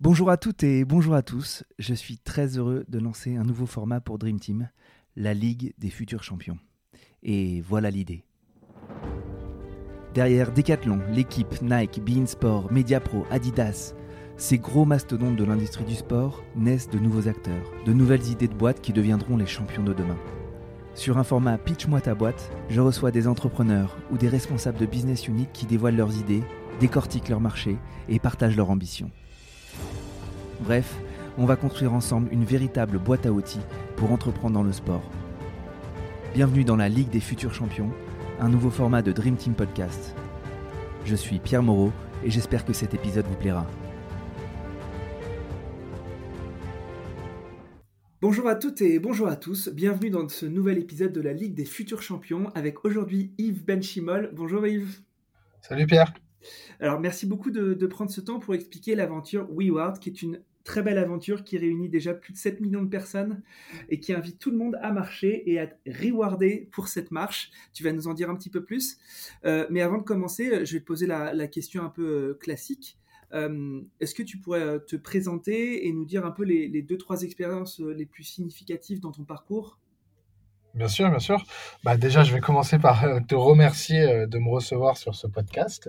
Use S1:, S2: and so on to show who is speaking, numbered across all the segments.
S1: Bonjour à toutes et bonjour à tous. Je suis très heureux de lancer un nouveau format pour Dream Team, la Ligue des futurs champions. Et voilà l'idée. Derrière Decathlon, l'équipe, Nike, beIN Sport, Mediapro, Adidas, ces gros mastodontes de l'industrie du sport naissent de nouveaux acteurs, de nouvelles idées de boîtes qui deviendront les champions de demain. Sur un format Pitch-moi ta boîte, je reçois des entrepreneurs ou des responsables de business unit qui dévoilent leurs idées, décortiquent leur marché et partagent leurs ambitions. Bref, on va construire ensemble une véritable boîte à outils pour entreprendre dans le sport. Bienvenue dans la Ligue des futurs champions, un nouveau format de Dream Team Podcast. Je suis Pierre Moreau et j'espère que cet épisode vous plaira. Bonjour à toutes et bonjour à tous, bienvenue dans ce nouvel épisode de la Ligue des futurs champions avec aujourd'hui Yves Benchimol. Bonjour Yves.
S2: Salut Pierre.
S1: Alors merci beaucoup de prendre ce temps pour expliquer l'aventure WeWard, qui est une très belle aventure qui réunit déjà plus de 7 millions de personnes et qui invite tout le monde à marcher et à être rewardé pour cette marche. Tu vas nous en dire un petit peu plus. Mais avant de commencer, je vais te poser la question un peu classique. Est-ce que tu pourrais te présenter et nous dire un peu les 2-3 expériences les plus significatives dans ton parcours ?
S2: Bien sûr, bien sûr. Déjà, je vais commencer par te remercier de me recevoir sur ce podcast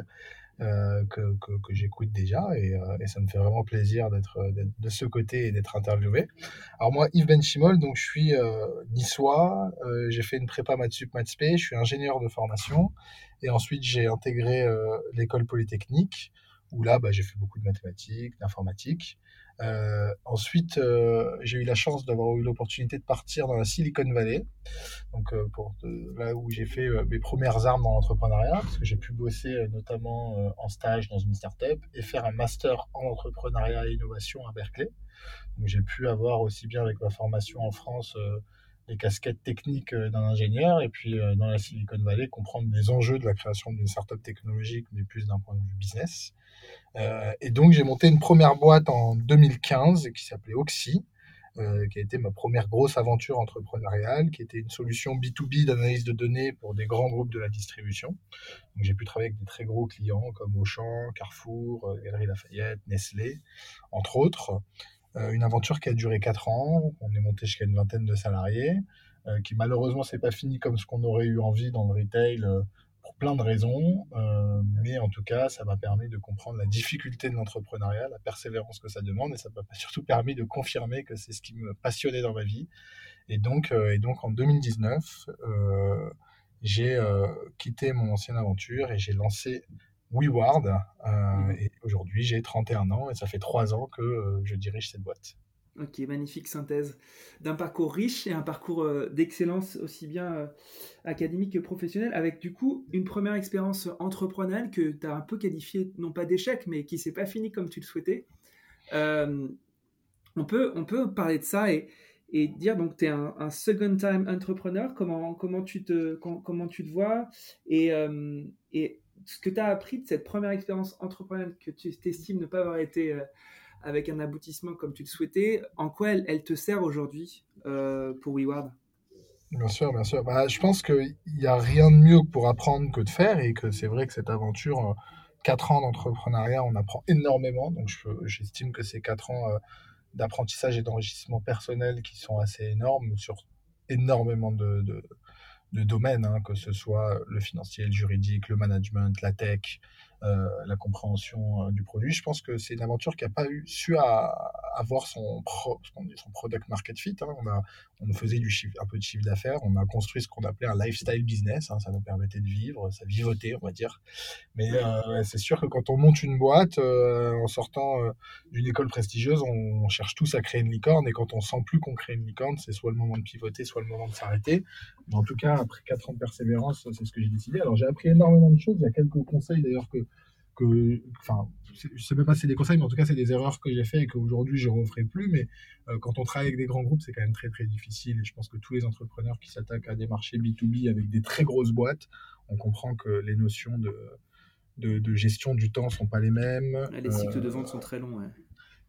S2: que j'écoute déjà et ça me fait vraiment plaisir d'être de ce côté et d'être interviewé. Alors moi, Yves Benchimol, donc je suis niçois, j'ai fait une prépa maths sup maths spé, je suis ingénieur de formation et ensuite j'ai intégré l'école polytechnique où là, j'ai fait beaucoup de mathématiques, d'informatique. Ensuite, j'ai eu la chance d'avoir eu l'opportunité de partir dans la Silicon Valley, donc là où j'ai fait mes premières armes dans l'entrepreneuriat, parce que j'ai pu bosser notamment en stage dans une startup et faire un master en entrepreneuriat et innovation à Berkeley. Donc j'ai pu avoir aussi bien avec ma formation en France les casquettes techniques d'un ingénieur et puis dans la Silicon Valley comprendre les enjeux de la création d'une startup technologique, mais plus d'un point de vue business. Et donc j'ai monté une première boîte en 2015 qui s'appelait Oxy, qui a été ma première grosse aventure entrepreneuriale, qui était une solution B2B d'analyse de données pour des grands groupes de la distribution. Donc j'ai pu travailler avec des très gros clients comme Auchan, Carrefour, Galeries Lafayette, Nestlé, entre autres. Une aventure qui a duré 4 ans, on est monté jusqu'à une vingtaine de salariés, qui malheureusement s'est pas fini comme ce qu'on aurait eu envie dans le retail, pour plein de raisons, mais en tout cas, ça m'a permis de comprendre la difficulté de l'entrepreneuriat, la persévérance que ça demande, et ça m'a surtout permis de confirmer que c'est ce qui me passionnait dans ma vie. Et donc en 2019, j'ai quitté mon ancienne aventure et j'ai lancé WeWard. Et aujourd'hui, j'ai 31 ans et ça fait 3 ans que je dirige cette boîte.
S1: Ok, magnifique synthèse d'un parcours riche et un parcours d'excellence aussi bien académique que professionnel, avec du coup une première expérience entrepreneuriale que tu as un peu qualifiée, non pas d'échec, mais qui ne s'est pas fini comme tu le souhaitais. On peut parler de ça et dire, donc tu es un second time entrepreneur, comment tu te vois et ce que tu as appris de cette première expérience entrepreneuriale que tu t'estimes ne pas avoir été avec un aboutissement comme tu le souhaitais, en quoi elle te sert aujourd'hui pour WeWard ?
S2: Bien sûr, bien sûr. Je pense qu'il n'y a rien de mieux pour apprendre que de faire et que c'est vrai que cette aventure, 4 ans d'entrepreneuriat, on apprend énormément. Donc j'estime que c'est 4 ans d'apprentissage et d'enrichissement personnel qui sont assez énormes sur énormément de domaines, hein, que ce soit le financier, le juridique, le management, la tech, la compréhension du produit. Je pense que c'est une aventure qui n'a pas su avoir son product market fit. Hein. On faisait un peu de chiffre d'affaires, on a construit ce qu'on appelait un lifestyle business, hein. Ça nous permettait de vivre, ça vivotait, on va dire. Mais c'est sûr que quand on monte une boîte, en sortant d'une école prestigieuse, on cherche tous à créer une licorne, et quand on sent plus qu'on crée une licorne, c'est soit le moment de pivoter, soit le moment de s'arrêter. Mais en tout cas, après 4 ans de persévérance, c'est ce que j'ai décidé. Alors j'ai appris énormément de choses, il y a quelques conseils d'ailleurs enfin, je sais même pas si c'est des conseils, mais en tout cas c'est des erreurs que j'ai fait et qu'aujourd'hui je ne referai plus. Mais quand on travaille avec des grands groupes, c'est quand même très très difficile, et je pense que tous les entrepreneurs qui s'attaquent à des marchés B2B avec des très grosses boîtes, on comprend que les notions de gestion du temps sont pas les mêmes.
S1: Les cycles de vente sont très longs. Ouais.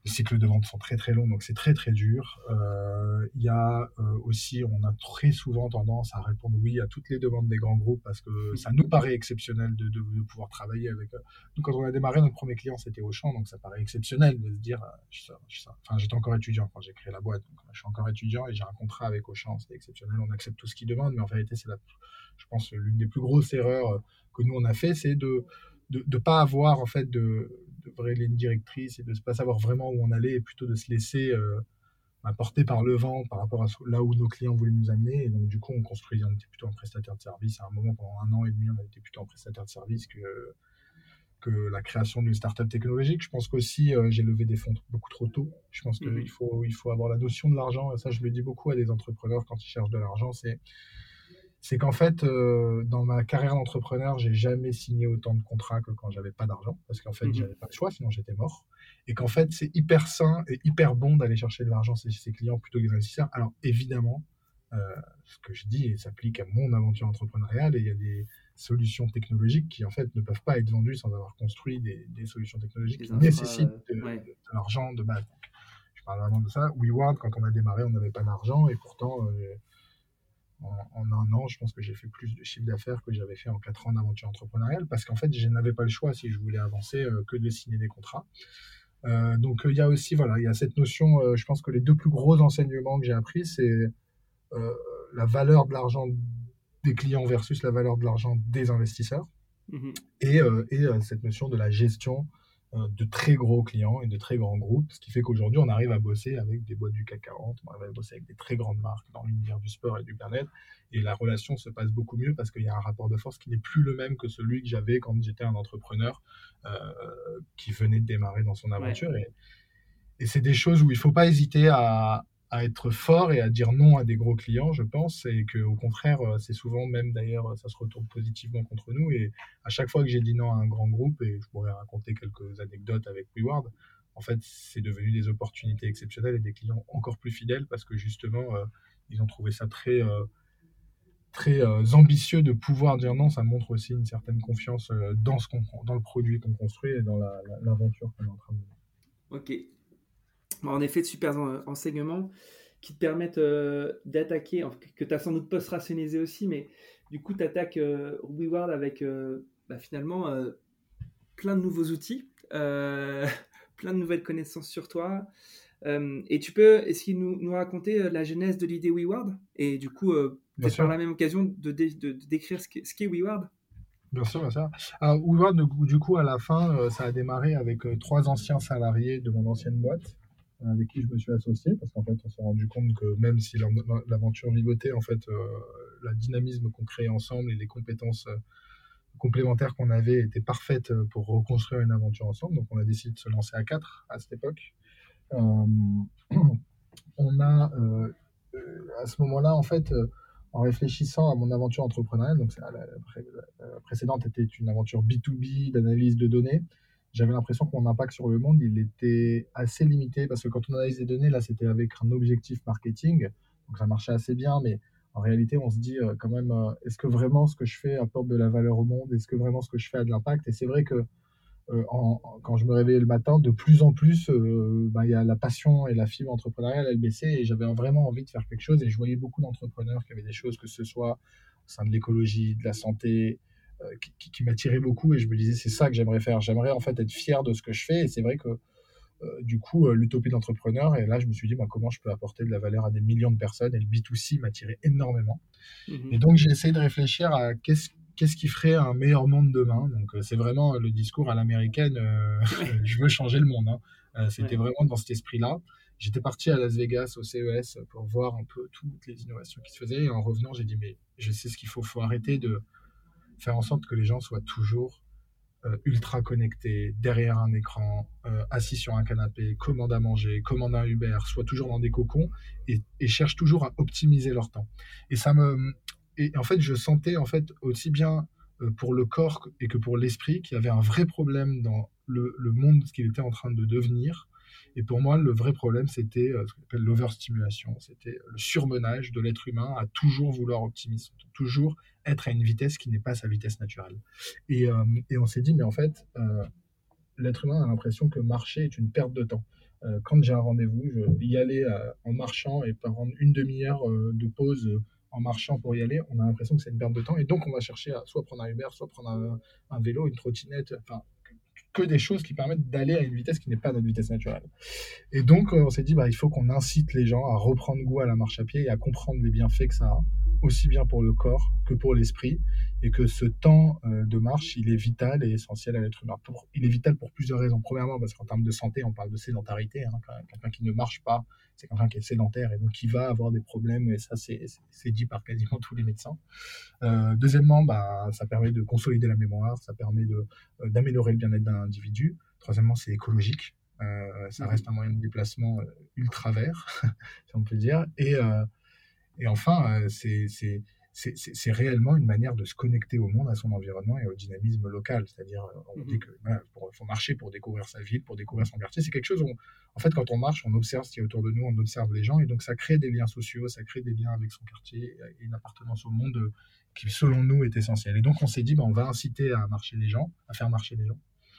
S2: les cycles de vente sont très très longs, donc c'est très très dur. Il y a aussi, on a très souvent tendance à répondre oui à toutes les demandes des grands groupes parce que ça nous paraît exceptionnel de pouvoir travailler avec. Nous, quand on a démarré, notre premier client c'était Auchan, donc ça paraît exceptionnel de se dire, enfin j'étais encore étudiant quand j'ai créé la boîte, donc je suis encore étudiant et j'ai un contrat avec Auchan, c'est exceptionnel, on accepte tout ce qu'ils demandent, mais en vérité je pense l'une des plus grosses erreurs que nous on a fait, c'est de pas avoir en fait de vraies lignes directrices et de ne pas savoir vraiment où on allait et plutôt de se laisser porter par le vent par rapport à là où nos clients voulaient nous amener. Et donc du coup, on était plutôt un prestataire de service. À un moment, pendant 1 an et demi, on a été plutôt un prestataire de service que la création d'une startup technologique. Je pense qu'aussi, j'ai levé des fonds beaucoup trop tôt. Je pense qu'il faut avoir la notion de l'argent. Et ça, je le dis beaucoup à des entrepreneurs quand ils cherchent de l'argent. C'est qu'en fait, dans ma carrière d'entrepreneur, j'ai jamais signé autant de contrats que quand j'avais pas d'argent, parce qu'en fait, j'avais pas le choix, sinon j'étais mort. Et qu'en fait, c'est hyper sain et hyper bon d'aller chercher de l'argent chez ses clients plutôt que des investisseurs. Alors évidemment, ce que je dis s'applique à mon aventure entrepreneuriale, et il y a des solutions technologiques qui en fait ne peuvent pas être vendues sans avoir construit des solutions technologiques qui nécessitent de l'argent de base. Donc, je parle vraiment de ça. WeWard, quand on a démarré, on n'avait pas d'argent, et pourtant en 1 an, je pense que j'ai fait plus de chiffre d'affaires que j'avais fait en 4 ans d'aventure entrepreneuriale, parce qu'en fait, je n'avais pas le choix si je voulais avancer que de signer des contrats. Donc, il y a aussi, voilà, il y a cette notion, je pense que les 2 plus gros enseignements que j'ai appris, c'est la valeur de l'argent des clients versus la valeur de l'argent des investisseurs, et cette notion de la gestion de très gros clients et de très grands groupes, ce qui fait qu'aujourd'hui, on arrive à bosser avec des boîtes du CAC 40, on arrive à bosser avec des très grandes marques dans l'univers du sport et du bien-être, et la relation se passe beaucoup mieux parce qu'il y a un rapport de force qui n'est plus le même que celui que j'avais quand j'étais un entrepreneur qui venait de démarrer dans son aventure. Et c'est des choses où il ne faut pas hésiter à être fort et à dire non à des gros clients, je pense, et qu'au contraire, c'est souvent même d'ailleurs, ça se retourne positivement contre nous. Et à chaque fois que j'ai dit non à un grand groupe, et je pourrais raconter quelques anecdotes avec WeWard, en fait, c'est devenu des opportunités exceptionnelles et des clients encore plus fidèles parce que justement, ils ont trouvé ça très, très ambitieux de pouvoir dire non. Ça montre aussi une certaine confiance dans le produit qu'on construit et dans l'aventure qu'on est en train de mener.
S1: Ok. En effet, de super enseignements qui te permettent d'attaquer, que tu as sans doute post-rationalisé aussi, mais du coup, tu attaques WeWard avec finalement plein de nouveaux outils, plein de nouvelles connaissances sur toi. Et tu peux essayer de nous raconter la genèse de l'idée WeWard et du coup, peut-être par la même occasion de décrire ce qu'est WeWard.
S2: Bien sûr, bien sûr. Alors, WeWard, du coup, à la fin, ça a démarré avec 3 anciens salariés de mon ancienne boîte, avec qui je me suis associé, parce qu'en fait, on s'est rendu compte que même si l'aventure vivotait, en fait, le dynamisme qu'on créait ensemble et les compétences complémentaires qu'on avait étaient parfaites pour reconstruire une aventure ensemble. Donc, on a décidé de se lancer à 4 à cette époque. On a, à ce moment-là, en fait, en réfléchissant à mon aventure entrepreneuriale, donc la précédente était une aventure B2B d'analyse de données, j'avais l'impression que mon impact sur le monde, il était assez limité, parce que quand on analyse des données, là, c'était avec un objectif marketing, donc ça marchait assez bien, mais en réalité, on se dit quand même, est-ce que vraiment ce que je fais apporte de la valeur au monde? Est-ce que vraiment ce que je fais a de l'impact? Et c'est vrai que quand je me réveillais le matin, de plus en plus, il y a la passion et la fibre entrepreneuriale, elle baissait, et j'avais vraiment envie de faire quelque chose. Et je voyais beaucoup d'entrepreneurs qui avaient des choses, que ce soit au sein de l'écologie, de la santé, qui m'attiraient beaucoup. Et je me disais, c'est ça que j'aimerais faire. J'aimerais en fait être fier de ce que je fais. Et c'est vrai que du coup, l'utopie de l'entrepreneur, et là, je me suis dit, comment je peux apporter de la valeur à des millions de personnes. Et le B2C m'attirait énormément. Et donc, j'ai essayé de réfléchir à qu'est-ce qui ferait un meilleur monde demain. Donc, c'est vraiment le discours à l'américaine, je veux changer le monde. C'était vraiment dans cet esprit-là. J'étais parti à Las Vegas au CES pour voir un peu toutes les innovations qui se faisaient. Et en revenant, j'ai dit, mais je sais ce qu'il faut arrêter de faire en sorte que les gens soient toujours ultra connectés, derrière un écran, assis sur un canapé, commandent à manger, commandent un Uber, soient toujours dans des cocons et cherchent toujours à optimiser leur temps. Et en fait, je sentais en fait aussi bien pour le corps et que pour l'esprit qu'il y avait un vrai problème dans le monde, ce qu'il était en train de devenir. Et pour moi, le vrai problème, c'était ce qu'on appelle l'overstimulation. C'était le surmenage de l'être humain à toujours vouloir optimiser, toujours être à une vitesse qui n'est pas sa vitesse naturelle. Et on s'est dit, mais en fait, l'être humain a l'impression que marcher est une perte de temps. quand j'ai un rendez-vous, je y aller en marchant et prendre une demi-heure de pause en marchant pour y aller, on a l'impression que c'est une perte de temps. Et donc, on va chercher à soit prendre un Uber, soit prendre un vélo, une trottinette, enfin, que des choses qui permettent d'aller à une vitesse qui n'est pas notre vitesse naturelle. Et donc, on s'est dit, bah, il faut qu'on incite les gens à reprendre goût à la marche à pied et à comprendre les bienfaits que ça a, aussi bien pour le corps que pour l'esprit, et que ce temps de marche, il est vital et essentiel à l'être humain. Il est vital pour plusieurs raisons. Premièrement, parce qu'en termes de santé, on parle de sédentarité. Hein, quelqu'un qui ne marche pas, c'est quelqu'un qui est sédentaire et donc qui va avoir des problèmes, et ça, c'est dit par quasiment tous les médecins. Deuxièmement, bah, ça permet de consolider la mémoire, ça permet d'améliorer le bien-être d'un individu. Troisièmement, c'est écologique. Ça reste un moyen de déplacement ultra vert, si on peut dire. Et enfin, c'est réellement une manière de se connecter au monde, à son environnement et au dynamisme local. C'est-à-dire, on dit que voilà, faut marcher pour découvrir sa ville, pour découvrir son quartier. C'est quelque chose où, en fait, quand on marche, on observe ce qui est autour de nous, on observe les gens, et donc ça crée des liens sociaux, ça crée des liens avec son quartier et une appartenance au monde qui, selon nous, est essentielle. Et donc, on s'est dit, bah, on va inciter à marcher les gens, à faire marcher les gens.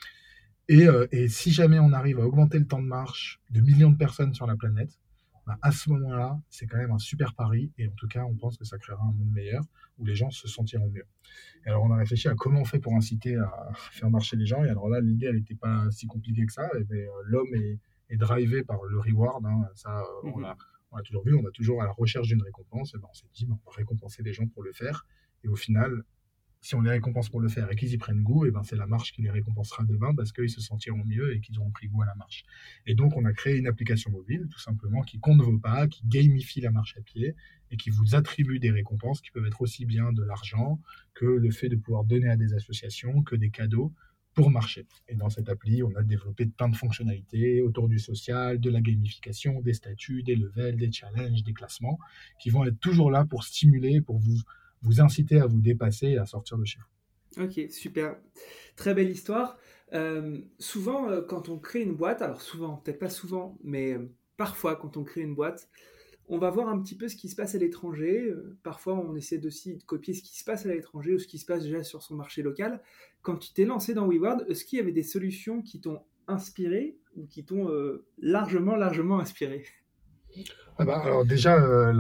S2: Et si jamais on arrive à augmenter le temps de marche de millions de personnes sur la planète, bah, à ce moment-là, c'est quand même un super pari. Et en tout cas, on pense que ça créera un monde meilleur où les gens se sentiront mieux. Et alors, on a réfléchi à comment on fait pour inciter à faire marcher les gens. Et alors là, l'idée, elle n'était pas si compliquée que ça. L'homme est drivé par le reward. Hein. Ça, on l'a toujours vu. On va toujours à la recherche d'une récompense. Et ben, on s'est dit, ben, on va récompenser les gens pour le faire. Et au final, si on les récompense pour le faire et qu'ils y prennent goût, et ben c'est la marche qui les récompensera demain parce qu'ils se sentiront mieux et qu'ils auront pris goût à la marche. Et donc, on a créé une application mobile, tout simplement, qui compte vos pas, qui gamifie la marche à pied et qui vous attribue des récompenses qui peuvent être aussi bien de l'argent que le fait de pouvoir donner à des associations, que des cadeaux pour marcher. Et dans cette appli, on a développé plein de fonctionnalités autour du social, de la gamification, des statuts, des levels, des challenges, des classements, qui vont être toujours là pour stimuler, pour vous inciter à vous dépasser et à sortir de chez vous.
S3: Ok, super. Très belle histoire. Souvent, quand on crée une boîte, alors souvent, peut-être pas souvent, mais parfois, quand on crée une boîte, on va voir un petit peu ce qui se passe à l'étranger. Parfois, on essaie aussi de copier ce qui se passe à l'étranger ou ce qui se passe déjà sur son marché local. Quand tu t'es lancé dans WeWard, est-ce qu'il y avait des solutions qui t'ont inspiré ou qui t'ont largement inspiré?
S2: Ah bah, alors déjà,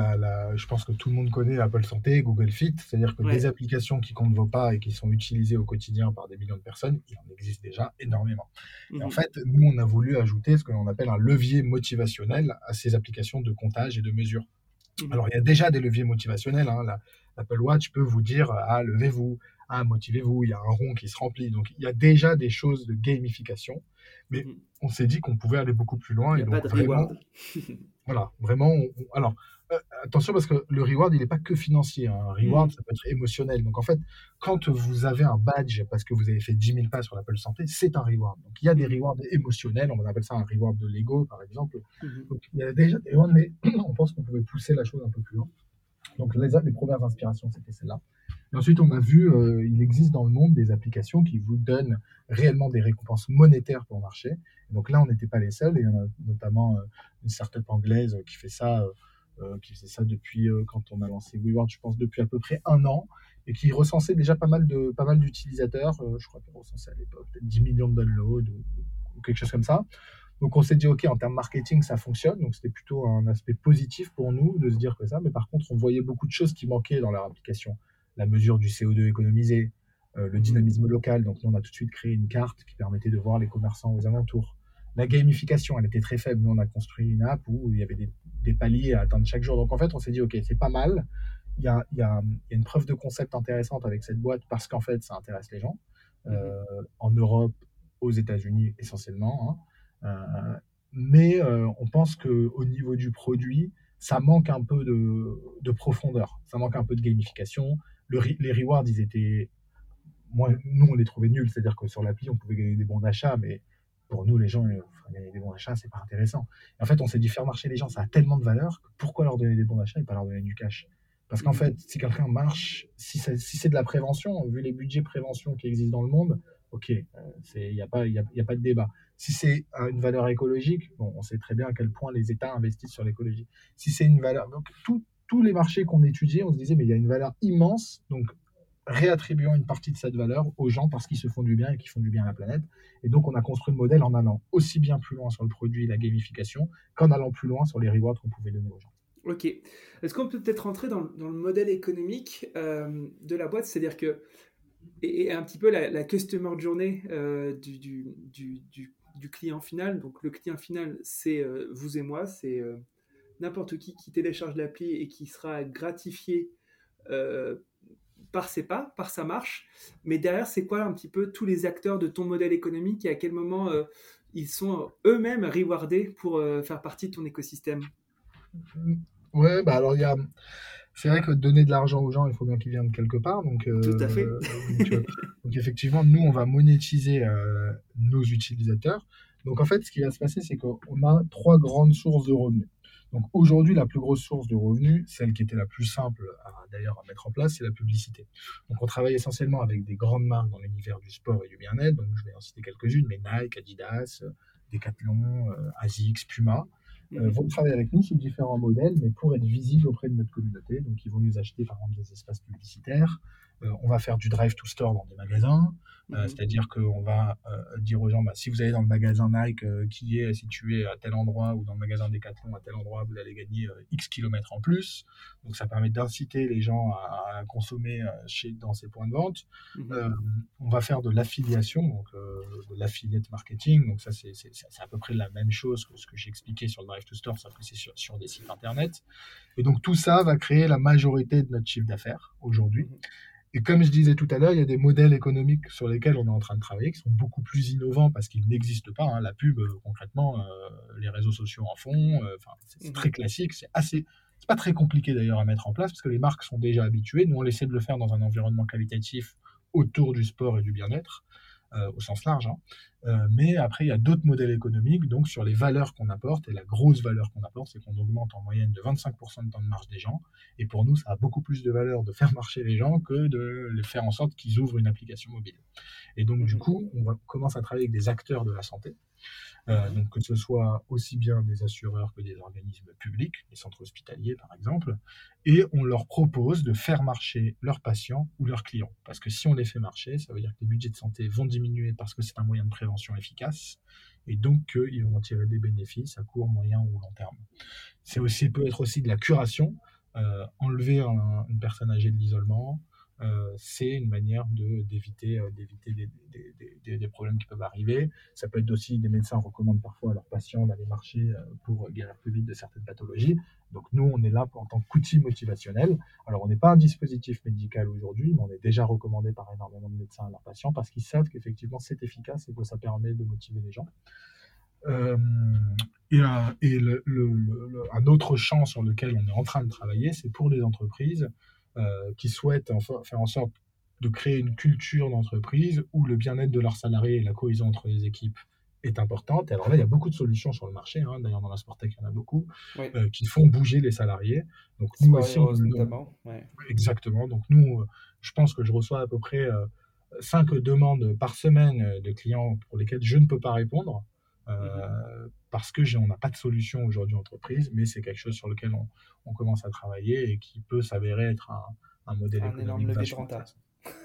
S2: je pense que tout le monde connaît Apple Santé, Google Fit, c'est-à-dire que des
S3: Ouais.
S2: applications qui comptent vos pas et qui sont utilisées au quotidien par des millions de personnes, il en existe déjà énormément. Et en
S3: Mhm.
S2: fait, nous, on a voulu ajouter ce que l'on appelle un levier motivationnel à ces applications de comptage et de mesure.
S3: Mhm.
S2: Alors, il y a déjà des leviers motivationnels. Hein. L'Apple Watch peut vous dire ah, levez-vous, ah, motivez-vous. Il y a un rond qui se remplit. Donc, il y a déjà des choses de gamification. Mais
S3: Mhm.
S2: on s'est dit qu'on pouvait aller beaucoup plus loin.
S3: Il n'y
S2: Et
S3: a pas
S2: donc,
S3: de
S2: vraiment,
S3: reward.
S2: voilà, vraiment. Alors, attention parce que le reward, il n'est pas que financier. Hein. Un reward,
S3: Mhm.
S2: ça peut être émotionnel. Donc, en fait, quand vous avez un badge parce que vous avez fait 10 000 pas sur l'Apple Santé, c'est un reward. Donc, il y a des
S3: Mhm.
S2: rewards émotionnels. On appelle ça un reward de Lego, par exemple.
S3: Mhm.
S2: Donc, il y a déjà des rewards, mais on pense qu'on pouvait pousser la chose un peu plus loin. Donc, les premières inspirations, c'était celle-là. Et ensuite, on a vu, il existe dans le monde des applications qui vous donnent réellement des récompenses monétaires pour marcher. Et donc là, on n'était pas les seuls. Et il y en a notamment une startup anglaise qui faisait ça depuis quand on a lancé WeWork, je pense depuis à peu près un an, et qui recensait déjà pas mal d'utilisateurs. Je crois qu'elle recensait à l'époque peut-être 10 millions de downloads ou quelque chose comme ça. Donc on s'est dit, OK, en termes marketing, ça fonctionne. Donc c'était plutôt un aspect positif pour nous de se dire que ça. Mais par contre, on voyait beaucoup de choses qui manquaient dans leur application. La mesure du CO2 économisé, le
S3: Mhm.
S2: dynamisme local. Donc nous, on a tout de suite créé une carte qui permettait de voir les commerçants aux alentours. La gamification, elle était très faible. Nous, on a construit une app où il y avait des paliers à atteindre chaque jour. Donc en fait, on s'est dit, OK, c'est pas mal. Il y a une preuve de concept intéressante avec cette boîte parce qu'en fait, ça intéresse les gens.
S3: Mhm.
S2: En Europe, aux États-Unis essentiellement. Hein. Mais on pense qu'au niveau du produit, ça manque un peu de profondeur, ça manque un peu de gamification. Les rewards, ils étaient. Moi, nous, on les trouvait nuls, c'est-à-dire que sur l'appli, on pouvait gagner des bons d'achat, mais pour nous, les gens, gagner des bons d'achat, c'est pas intéressant. Et en fait, on s'est dit faire marcher les gens, ça a tellement de valeur que pourquoi leur donner des bons d'achat et pas leur donner du cash? Parce qu'en
S3: Mhm.
S2: fait, si quelqu'un marche, si c'est de la prévention, vu les budgets prévention qui existent dans le monde, ok, il n'y a, pas- y a pas de débat. Si c'est une valeur écologique, bon, on sait très bien à quel point les États investissent sur l'écologie. Si c'est une valeur. Donc, tous les marchés qu'on étudiait, on se disait, mais il y a une valeur immense. Donc, réattribuant une partie de cette valeur aux gens parce qu'ils se font du bien et qu'ils font du bien à la planète. Et donc, on a construit le modèle en allant aussi bien plus loin sur le produit et la gamification qu'en allant plus loin sur les rewards qu'on pouvait donner aux gens.
S3: Ok. Est-ce qu'on peut peut-être rentrer dans le modèle économique de la boîte, c'est-à-dire que et un petit peu la customer journey du client final. Donc le client final, c'est vous et moi, c'est n'importe qui télécharge l'appli et qui sera gratifié euh, par ses pas, par sa marche. Mais derrière, c'est quoi un petit peu tous les acteurs de ton modèle économique et à quel moment ils sont eux-mêmes rewardés pour faire partie de ton écosystème?
S2: Ouais, bah alors c'est vrai que donner de l'argent aux gens, il faut bien qu'ils viennent de quelque part.
S3: Tout à fait.
S2: Donc effectivement, nous, on va monétiser nos utilisateurs. Donc en fait, ce qui va se passer, c'est qu'on a 3 grandes sources de revenus. Donc aujourd'hui, la plus grosse source de revenus, celle qui était la plus simple d'ailleurs à mettre en place, c'est la publicité. Donc on travaille essentiellement avec des grandes marques dans l'univers du sport et du bien-être. Donc je vais en citer quelques-unes, mais Nike, Adidas, Decathlon, ASICS, Puma. Vont travailler avec nous sous différents modèles, mais pour être visibles auprès de notre communauté. Donc, ils vont nous acheter, par exemple, des espaces publicitaires. On va faire du drive to store dans des magasins. C'est-à-dire qu'on va dire aux gens, bah, si vous allez dans le magasin Nike qui est situé à tel endroit ou dans le magasin Decathlon à tel endroit, vous allez gagner X kilomètres en plus. Donc, ça permet d'inciter les gens à consommer dans ces points de vente. On va faire de l'affiliation, donc de l'affiliate marketing. Donc, ça, c'est à peu près la même chose que ce que j'ai expliqué sur le drive to store, sauf que c'est sur des sites internet. Et donc, tout ça va créer la majorité de notre chiffre d'affaires aujourd'hui. Et comme je disais tout à l'heure, il y a des modèles économiques sur lesquels on est en train de travailler qui sont beaucoup plus innovants parce qu'ils n'existent pas. Hein. La pub, concrètement, les réseaux sociaux en font. C'est très classique. C'est pas très compliqué d'ailleurs à mettre en place parce que les marques sont déjà habituées. Nous, on essaie de le faire dans un environnement qualitatif autour du sport et du bien-être, au sens large. Hein. Mais après, il y a d'autres modèles économiques, donc sur les valeurs qu'on apporte. Et la grosse valeur qu'on apporte, c'est qu'on augmente en moyenne de 25% le temps de marche des gens. Et pour nous, ça a beaucoup plus de valeur de faire marcher les gens que de les faire en sorte qu'ils ouvrent une application mobile. Et donc, du coup, commence à travailler avec des acteurs de la santé. Donc que ce soit aussi bien des assureurs que des organismes publics, les centres hospitaliers par exemple, et on leur propose de faire marcher leurs patients ou leurs clients. Parce que si on les fait marcher, ça veut dire que les budgets de santé vont diminuer parce que c'est un moyen de prévention efficace, et donc ils vont en tirer des bénéfices à court, moyen ou long terme. Peut être aussi de la curation, enlever une personne âgée de l'isolement, c'est une manière d'éviter des problèmes qui peuvent arriver. Ça peut être aussi, des médecins recommandent parfois à leurs patients d'aller marcher pour guérir plus vite de certaines pathologies. Donc nous, on est là en tant qu'outil motivationnel. Alors on n'est pas un dispositif médical aujourd'hui, mais on est déjà recommandé par énormément de médecins à leurs patients parce qu'ils savent qu'effectivement c'est efficace et que ça permet de motiver les gens. Un autre champ sur lequel on est en train de travailler, c'est pour les entreprises qui souhaitent faire en sorte de créer une culture d'entreprise où le bien-être de leurs salariés et la cohésion entre les équipes est importante. Et alors là, il y a beaucoup de solutions sur le marché, hein. D'ailleurs dans la Sportech, il y en a beaucoup, qui font bouger les salariés. Donc nous aussi,
S3: notamment. Ouais.
S2: Exactement. Donc nous, je pense que je reçois à peu près 5 demandes par semaine de clients pour lesquels je ne peux pas répondre. Parce qu'on n'a pas de solution aujourd'hui entreprise, mais c'est quelque chose sur lequel on commence à travailler et qui peut s'avérer être un modèle économique vachement intéressant.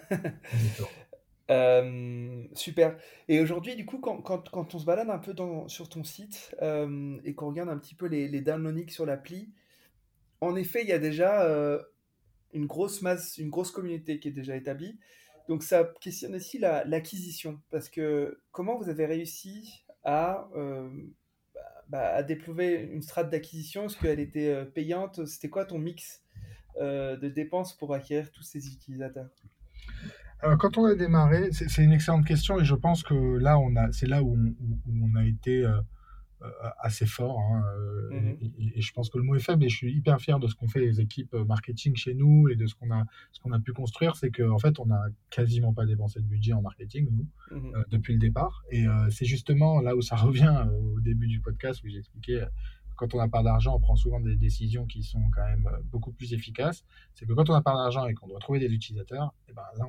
S3: Super. Et aujourd'hui, du coup, quand on se balade un peu sur ton site et qu'on regarde un petit peu les downloads sur l'appli, en effet, il y a déjà une grosse communauté qui est déjà établie. Donc ça questionne aussi l'acquisition, parce que comment vous avez réussi à déployer une strate d'acquisition? Est-ce qu'elle était payante? C'était quoi ton mix de dépenses pour acquérir tous ces utilisateurs?
S2: Alors, quand on a démarré, c'est une excellente question et je pense que là, c'est là où on a été assez fort. Hein, et je pense que le mot est faible et je suis hyper fier de ce qu'ont fait les équipes marketing chez nous et de ce qu'on a pu construire. C'est qu'en fait, on n'a quasiment pas dépensé de budget en marketing, nous, depuis le départ. Et c'est justement là où ça revient au début du podcast où j'expliquais quand on n'a pas d'argent, on prend souvent des décisions qui sont quand même beaucoup plus efficaces. C'est que quand on n'a pas d'argent et qu'on doit trouver des utilisateurs, et ben là,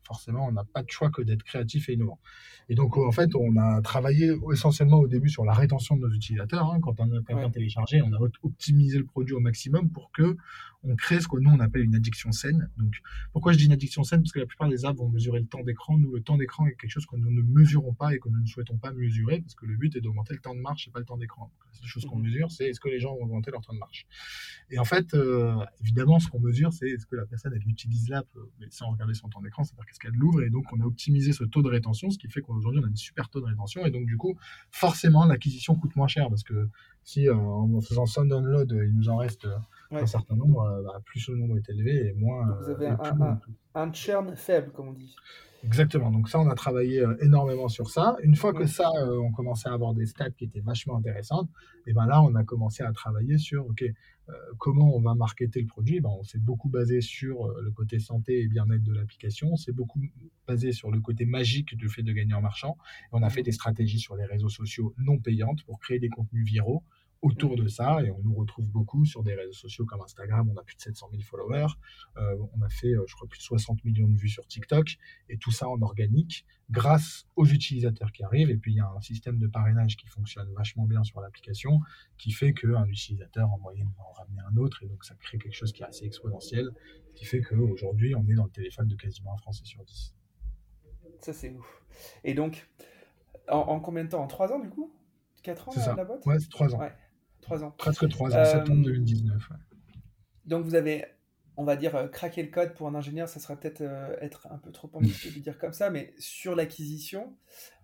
S2: forcément, on n'a pas de choix que d'être créatif et innovant. Et donc, en fait, on a travaillé essentiellement au début sur la rétention de nos utilisateurs. Quand on a quelqu'un téléchargé, on a optimisé le produit au maximum pour que on crée ce que nous, on appelle une addiction saine. Donc, pourquoi je dis une addiction saine? Parce que la plupart des apps vont mesurer le temps d'écran. Nous, le temps d'écran est quelque chose que nous ne mesurons pas et que nous ne souhaitons pas mesurer, parce que le but est d'augmenter le temps de marche et pas le temps d'écran. Donc, la seule chose qu'on mesure, c'est est-ce que les gens vont augmenter leur temps de marche. Et en fait, évidemment, ce qu'on mesure, c'est est-ce que la personne, elle utilise l'app, mais sans regarder son temps d'écran, c'est-à-dire qu'est-ce qu'elle l'ouvre. Et donc, on a optimisé ce taux de rétention, ce qui fait qu'aujourd'hui, on a des super taux de rétention. Et donc, du coup, forcément, l'acquisition coûte moins cher, parce que si en faisant 100 downloads, il nous en reste un certain nombre, plus le nombre est élevé et moins.
S3: Donc vous avez un churn faible, comme on dit.
S2: Exactement. Donc ça, on a travaillé énormément sur ça. Une fois que ça, on commençait à avoir des stats qui étaient vachement intéressantes, et ben là, on a commencé à travailler sur comment on va marketer le produit. On s'est beaucoup basé sur le côté santé et bien-être de l'application. On s'est beaucoup basé sur le côté magique du fait de gagner en marchant. Et on a fait des stratégies sur les réseaux sociaux non payantes pour créer des contenus viraux autour de ça, et on nous retrouve beaucoup sur des réseaux sociaux comme Instagram. On a plus de 700 000 followers, on a fait je crois plus de 60 millions de vues sur TikTok, et tout ça en organique grâce aux utilisateurs qui arrivent. Et puis il y a un système de parrainage qui fonctionne vachement bien sur l'application, qui fait qu'un utilisateur en moyenne va en ramener un autre, et donc ça crée quelque chose qui est assez exponentiel, qui fait qu'aujourd'hui on est dans le téléphone de quasiment un Français sur 10.
S3: Ça c'est ouf. Et donc en combien de temps? En 3 ans du coup? 4 ans
S2: c'est ça.
S3: La boîte?
S2: Ouais, c'est 3 ans.
S3: Ouais. 3 ans.
S2: Presque 3 ans, septembre 2019. Ouais.
S3: Donc vous avez, on va dire, craqué le code. Pour un ingénieur, ça sera peut-être être un peu trop ambitieux de dire comme ça, mais sur l'acquisition.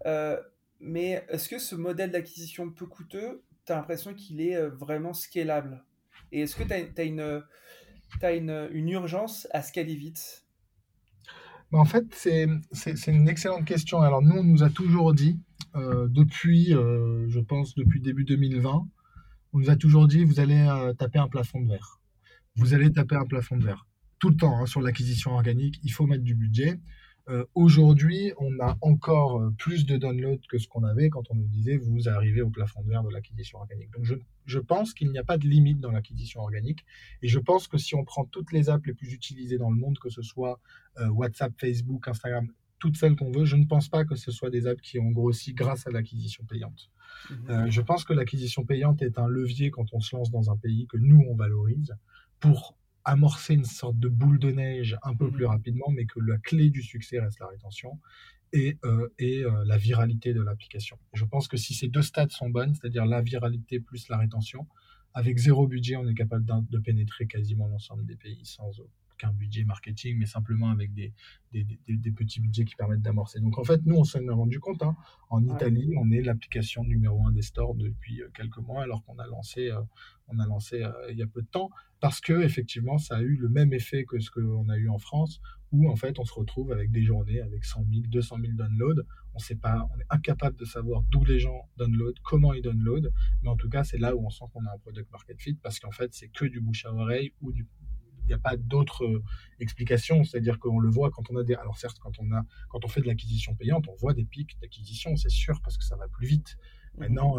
S3: Mais est-ce que ce modèle d'acquisition peu coûteux, tu as l'impression qu'il est vraiment scalable? Et est-ce que tu as une urgence à scaler vite?
S2: En fait, c'est une excellente question. Alors nous, on nous a toujours dit, je pense depuis début 2020, on nous a toujours dit, vous allez taper un plafond de verre. Vous allez taper un plafond de verre. Tout le temps, sur l'acquisition organique, il faut mettre du budget. Aujourd'hui, on a encore plus de downloads que ce qu'on avait quand on nous disait, vous arrivez au plafond de verre de l'acquisition organique. Donc je pense qu'il n'y a pas de limite dans l'acquisition organique. Et je pense que si on prend toutes les apps les plus utilisées dans le monde, que ce soit WhatsApp, Facebook, Instagram, toutes celles qu'on veut, je ne pense pas que ce soit des apps qui ont grossi grâce à l'acquisition payante. Je pense que l'acquisition payante est un levier quand on se lance dans un pays que nous, on valorise pour amorcer une sorte de boule de neige un peu plus rapidement, mais que la clé du succès reste la rétention et la viralité de l'application. Je pense que si ces deux stats sont bonnes, c'est-à-dire la viralité plus la rétention, avec 0 budget, on est capable de pénétrer quasiment l'ensemble des pays sans aucun budget marketing, mais simplement avec des petits budgets qui permettent d'amorcer. Donc en fait, nous, on s'en est rendu compte. En Italie, on est l'application numéro 1 des stores depuis quelques mois, alors qu'on a lancé il y a peu de temps, parce que effectivement, ça a eu le même effet que ce qu'on a eu en France, où en fait, on se retrouve avec des journées avec 100 000, 200 000 downloads. On est incapable de savoir d'où les gens downloadent, comment ils downloadent, mais en tout cas, c'est là où on sent qu'on a un product market fit, parce qu'en fait, c'est que du bouche à oreille ou il n'y a pas d'autre explication, c'est-à-dire qu'on le voit quand on a des... Alors certes, quand on fait de l'acquisition payante, on voit des pics d'acquisition, c'est sûr, parce que ça va plus vite. Maintenant,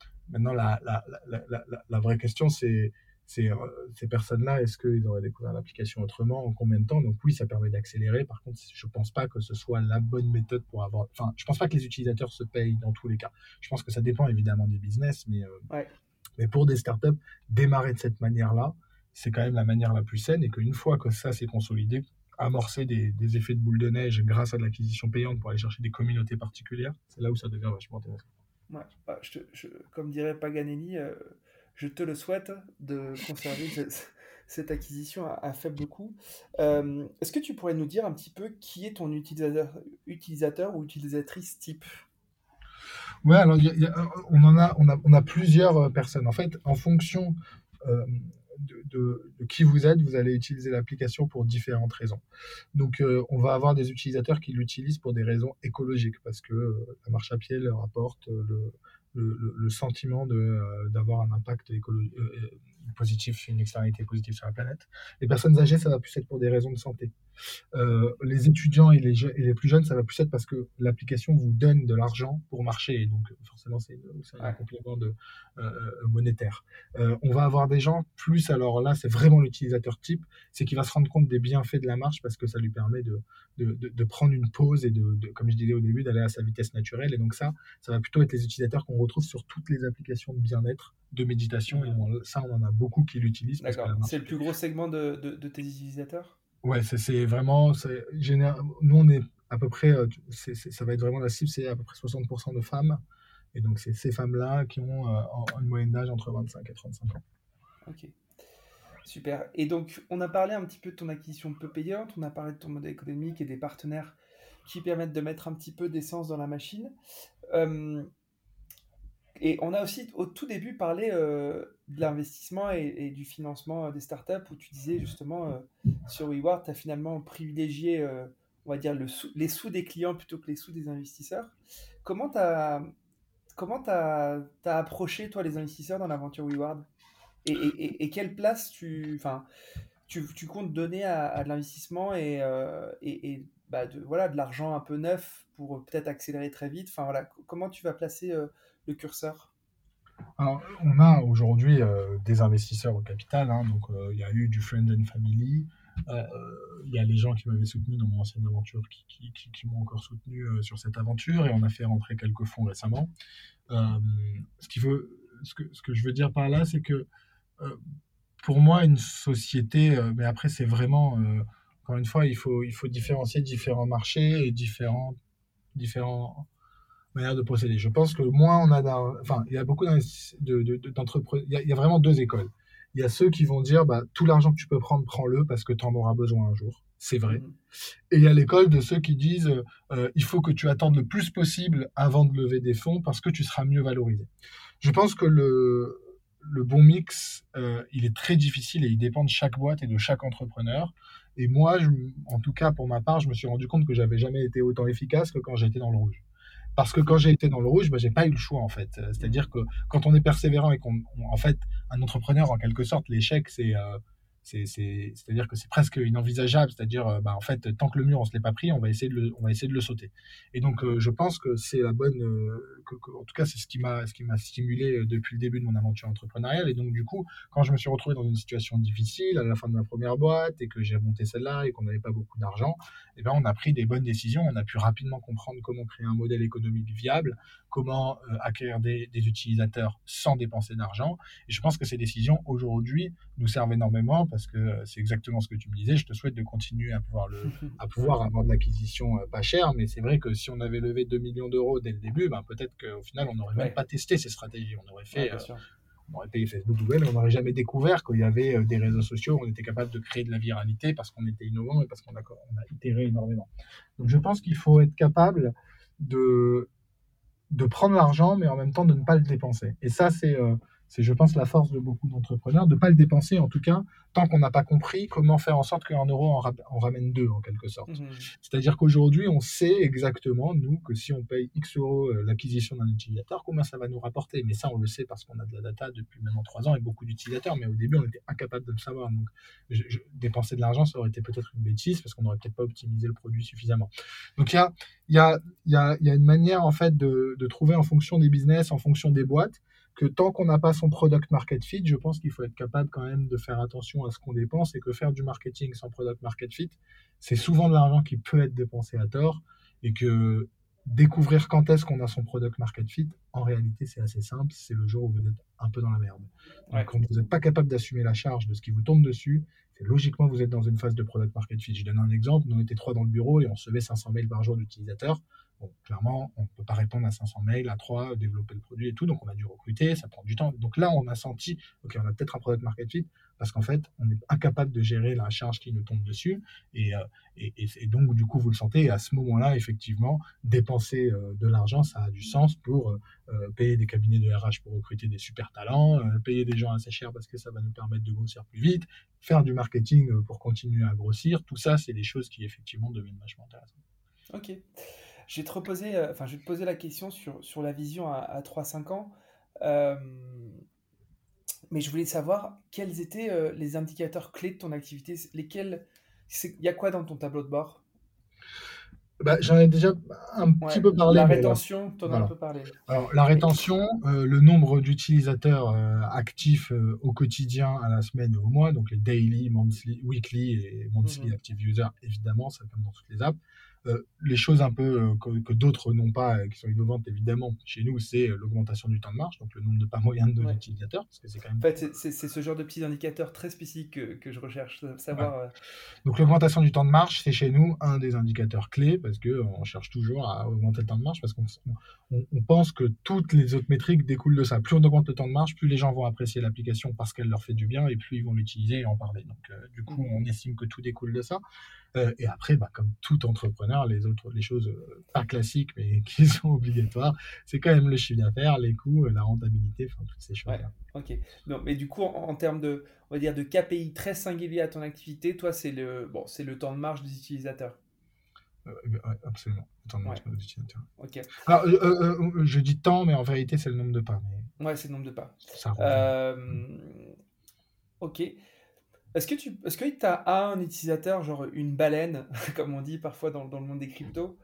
S2: la vraie question, c'est ces personnes-là, est-ce qu'ils auraient découvert l'application autrement, en combien de temps? Donc oui, ça permet d'accélérer. Par contre, je ne pense pas que ce soit la bonne méthode pour avoir... Enfin, je ne pense pas que les utilisateurs se payent dans tous les cas. Je pense que ça dépend évidemment des business, mais pour des startups, démarrer de cette manière-là, c'est quand même la manière la plus saine, et qu'une fois que ça s'est consolidé, amorcer des effets de boule de neige grâce à de l'acquisition payante pour aller chercher des communautés particulières, c'est là où ça devient vachement intéressant.
S3: Ouais, comme dirait Paganelli, je te le souhaite de conserver cette acquisition à faible coût. Est-ce que tu pourrais nous dire un petit peu qui est ton utilisateur ou utilisatrice type?
S2: Ouais, alors on a plusieurs personnes. En fait, en fonction de qui vous êtes, vous allez utiliser l'application pour différentes raisons. Donc, on va avoir des utilisateurs qui l'utilisent pour des raisons écologiques, parce que la marche à pied leur apporte le sentiment d'avoir un impact positif, une externalité positive sur la planète. Les personnes âgées, ça va plus être pour des raisons de santé. Les étudiants et les plus jeunes, ça va plus être parce que l'application vous donne de l'argent pour marcher, et donc forcément c'est un complément monétaire. On va avoir des gens plus, alors là c'est vraiment l'utilisateur type, c'est qu'il va se rendre compte des bienfaits de la marche parce que ça lui permet de prendre une pause et comme je disais au début, d'aller à sa vitesse naturelle. Et donc ça va plutôt être les utilisateurs qu'on retrouve sur toutes les applications de bien-être, de méditation, et ça on en a beaucoup qui l'utilisent.
S3: D'accord. C'est le plus gros segment de tes utilisateurs?
S2: Ouais, c'est vraiment, nous on est à peu près, ça va être vraiment la cible, c'est à peu près 60% de femmes, et donc c'est ces femmes-là qui ont une moyenne d'âge entre 25 et 35 ans.
S3: Ok, super. Et donc on a parlé un petit peu de ton acquisition peu payante, on a parlé de ton modèle économique et des partenaires qui permettent de mettre un petit peu d'essence dans la machine. Et on a aussi au tout début parlé de l'investissement et du financement des startups, où tu disais justement sur WeWard, tu as finalement privilégié, on va dire, les sous des clients plutôt que les sous des investisseurs. Comment tu as approché, toi, les investisseurs dans l'aventure WeWard, et quelle place tu comptes donner à de l'investissement et voilà, de l'argent un peu neuf pour peut-être accélérer très vite. Enfin, voilà, comment tu vas placer le curseur?
S2: Alors, on a aujourd'hui des investisseurs au capital, hein, donc il y a eu du Friend and Family, il y a les gens qui m'avaient soutenu dans mon ancienne aventure qui m'ont encore soutenu sur cette aventure, et on a fait rentrer quelques fonds récemment. Ce que je veux dire par là, c'est que pour moi, une société, mais après c'est vraiment, encore une fois, il faut différencier différents marchés et différentes manières de procéder. Je pense que moins on a enfin, il y a beaucoup d'entrepreneurs, il y a vraiment deux écoles. Il y a ceux qui vont dire, bah, tout l'argent que tu peux prendre, prends-le parce que tu en auras besoin un jour. C'est vrai. Et il y a l'école de ceux qui disent, il faut que tu attendes le plus possible avant de lever des fonds parce que tu seras mieux valorisé. Je pense que le bon mix, il est très difficile et il dépend de chaque boîte et de chaque entrepreneur. Et moi, en tout cas, pour ma part, je me suis rendu compte que j'avais jamais été autant efficace que quand j'étais dans le rouge. Parce que quand j'ai été dans le rouge, j'ai pas eu le choix, en fait. C'est-à-dire que quand on est persévérant et en fait, un entrepreneur, en quelque sorte, l'échec, c'est-à-dire que c'est presque inenvisageable. C'est-à-dire, en fait, tant que le mur, on se l'est pas pris, on va essayer de le sauter. Et donc, je pense que c'est la bonne, en tout cas, c'est ce qui m'a stimulé depuis le début de mon aventure entrepreneuriale. Et donc, du coup, quand je me suis retrouvé dans une situation difficile à la fin de ma première boîte et que j'ai monté celle-là et qu'on n'avait pas beaucoup d'argent, eh ben, on a pris des bonnes décisions. On a pu rapidement comprendre comment créer un modèle économique viable, comment acquérir des utilisateurs sans dépenser d'argent. Et je pense que ces décisions, aujourd'hui, nous servent énormément parce que c'est exactement ce que tu me disais. Je te souhaite de continuer à pouvoir avoir de l'acquisition pas chère, mais c'est vrai que si on avait levé 2 millions d'euros dès le début, peut-être qu'au final, on n'aurait même pas testé ces stratégies. On aurait fait... on aurait payé Facebook, Google, on n'aurait jamais découvert qu'il y avait des réseaux sociaux, on était capable de créer de la viralité parce qu'on était innovant et parce qu'on a itéré énormément. Donc je pense qu'il faut être capable de prendre l'argent, mais en même temps de ne pas le dépenser. Et ça, c'est je pense, la force de beaucoup d'entrepreneurs, de ne pas le dépenser, en tout cas, tant qu'on n'a pas compris comment faire en sorte qu'un euro en ramène deux, en quelque sorte. C'est-à-dire qu'aujourd'hui, on sait exactement, nous, que si on paye X euros l'acquisition d'un utilisateur, combien ça va nous rapporter. Mais ça, on le sait parce qu'on a de la data depuis maintenant 3 ans et beaucoup d'utilisateurs, mais au début, on était incapable de le savoir. Donc, dépenser de l'argent, ça aurait été peut-être une bêtise parce qu'on n'aurait peut-être pas optimisé le produit suffisamment. Donc, il y a une manière, en fait, de trouver en fonction des business, en fonction des boîtes, que tant qu'on n'a pas son product market fit, je pense qu'il faut être capable quand même de faire attention à ce qu'on dépense, et que faire du marketing sans product market fit, c'est souvent de l'argent qui peut être dépensé à tort, et que découvrir quand est-ce qu'on a son product market fit, en réalité, c'est assez simple, c'est le jour où vous êtes un peu dans la merde. Donc, quand vous n'êtes pas capable d'assumer la charge de ce qui vous tombe dessus, c'est logiquement vous êtes dans une phase de product market fit. Je donne un exemple, nous on était 3 dans le bureau et on recevait 500 mails par jour d'utilisateurs. Bon, clairement, on ne peut pas répondre à 500 mails, à 3, développer le produit et tout, donc on a dû recruter, ça prend du temps. Donc là, on a senti, ok, on a peut-être un product market fit, parce qu'en fait, on est incapable de gérer la charge qui nous tombe dessus, et donc, du coup, vous le sentez, et à ce moment-là, effectivement, dépenser de l'argent, ça a du sens pour payer des cabinets de RH pour recruter des super talents, payer des gens assez chers parce que ça va nous permettre de grossir plus vite, faire du marketing pour continuer à grossir. Tout ça, c'est des choses qui, effectivement, deviennent vachement intéressantes.
S3: Ok. je vais te poser la question sur la vision à 3-5 ans. Euh, mais je voulais savoir quels étaient les indicateurs clés de ton activité. Il y a quoi dans ton tableau de bord?
S2: Bah, j'en ai déjà un petit
S3: Ouais,
S2: peu parlé,
S3: la
S2: mais
S3: rétention, t'en as un
S2: voilà.
S3: peu parlé.
S2: Alors, la
S3: Mais
S2: rétention, le nombre d'utilisateurs actifs au quotidien, à la semaine et au mois, donc les daily, monthly, weekly et monthly
S3: mhm,
S2: active users, évidemment, c'est comme dans toutes les apps. Les choses un peu que d'autres n'ont pas, qui sont innovantes évidemment chez nous, c'est l'augmentation du temps de marche, donc le nombre de pas moyens de nos
S3: ouais.
S2: utilisateurs, parce que c'est quand
S3: En
S2: même.
S3: fait, c'est ce genre de petits indicateurs très spécifiques que je recherche,
S2: Ouais.
S3: savoir.
S2: Donc l'augmentation du temps de marche, c'est chez nous un des indicateurs clés parce qu'on cherche toujours à augmenter le temps de marche parce qu'on pense que toutes les autres métriques découlent de ça. Plus on augmente le temps de marche, plus les gens vont apprécier l'application parce qu'elle leur fait du bien et plus ils vont l'utiliser et en parler. Donc du coup,
S3: Mhm.
S2: on estime que tout découle de ça. Et après, bah, comme tout entrepreneur, les choses pas classiques mais qui sont obligatoires, c'est quand même le chiffre d'affaires, les coûts, la rentabilité, enfin toutes ces
S3: Ouais,
S2: choses-là.
S3: ok. Non, mais du coup, en termes de, on va dire, de KPI très singulier à ton activité, toi, c'est le temps de marche des utilisateurs.
S2: Ouais, absolument. Le temps de marche
S3: Ouais,
S2: de nos utilisateurs.
S3: ok.
S2: Alors, je dis temps, mais en vérité, c'est le nombre de pas. Mais
S3: Ouais, c'est le nombre de pas.
S2: ça revient.
S3: Euh, ok. Est-ce que tu as un utilisateur, genre une baleine, comme on dit parfois dans le monde des cryptos,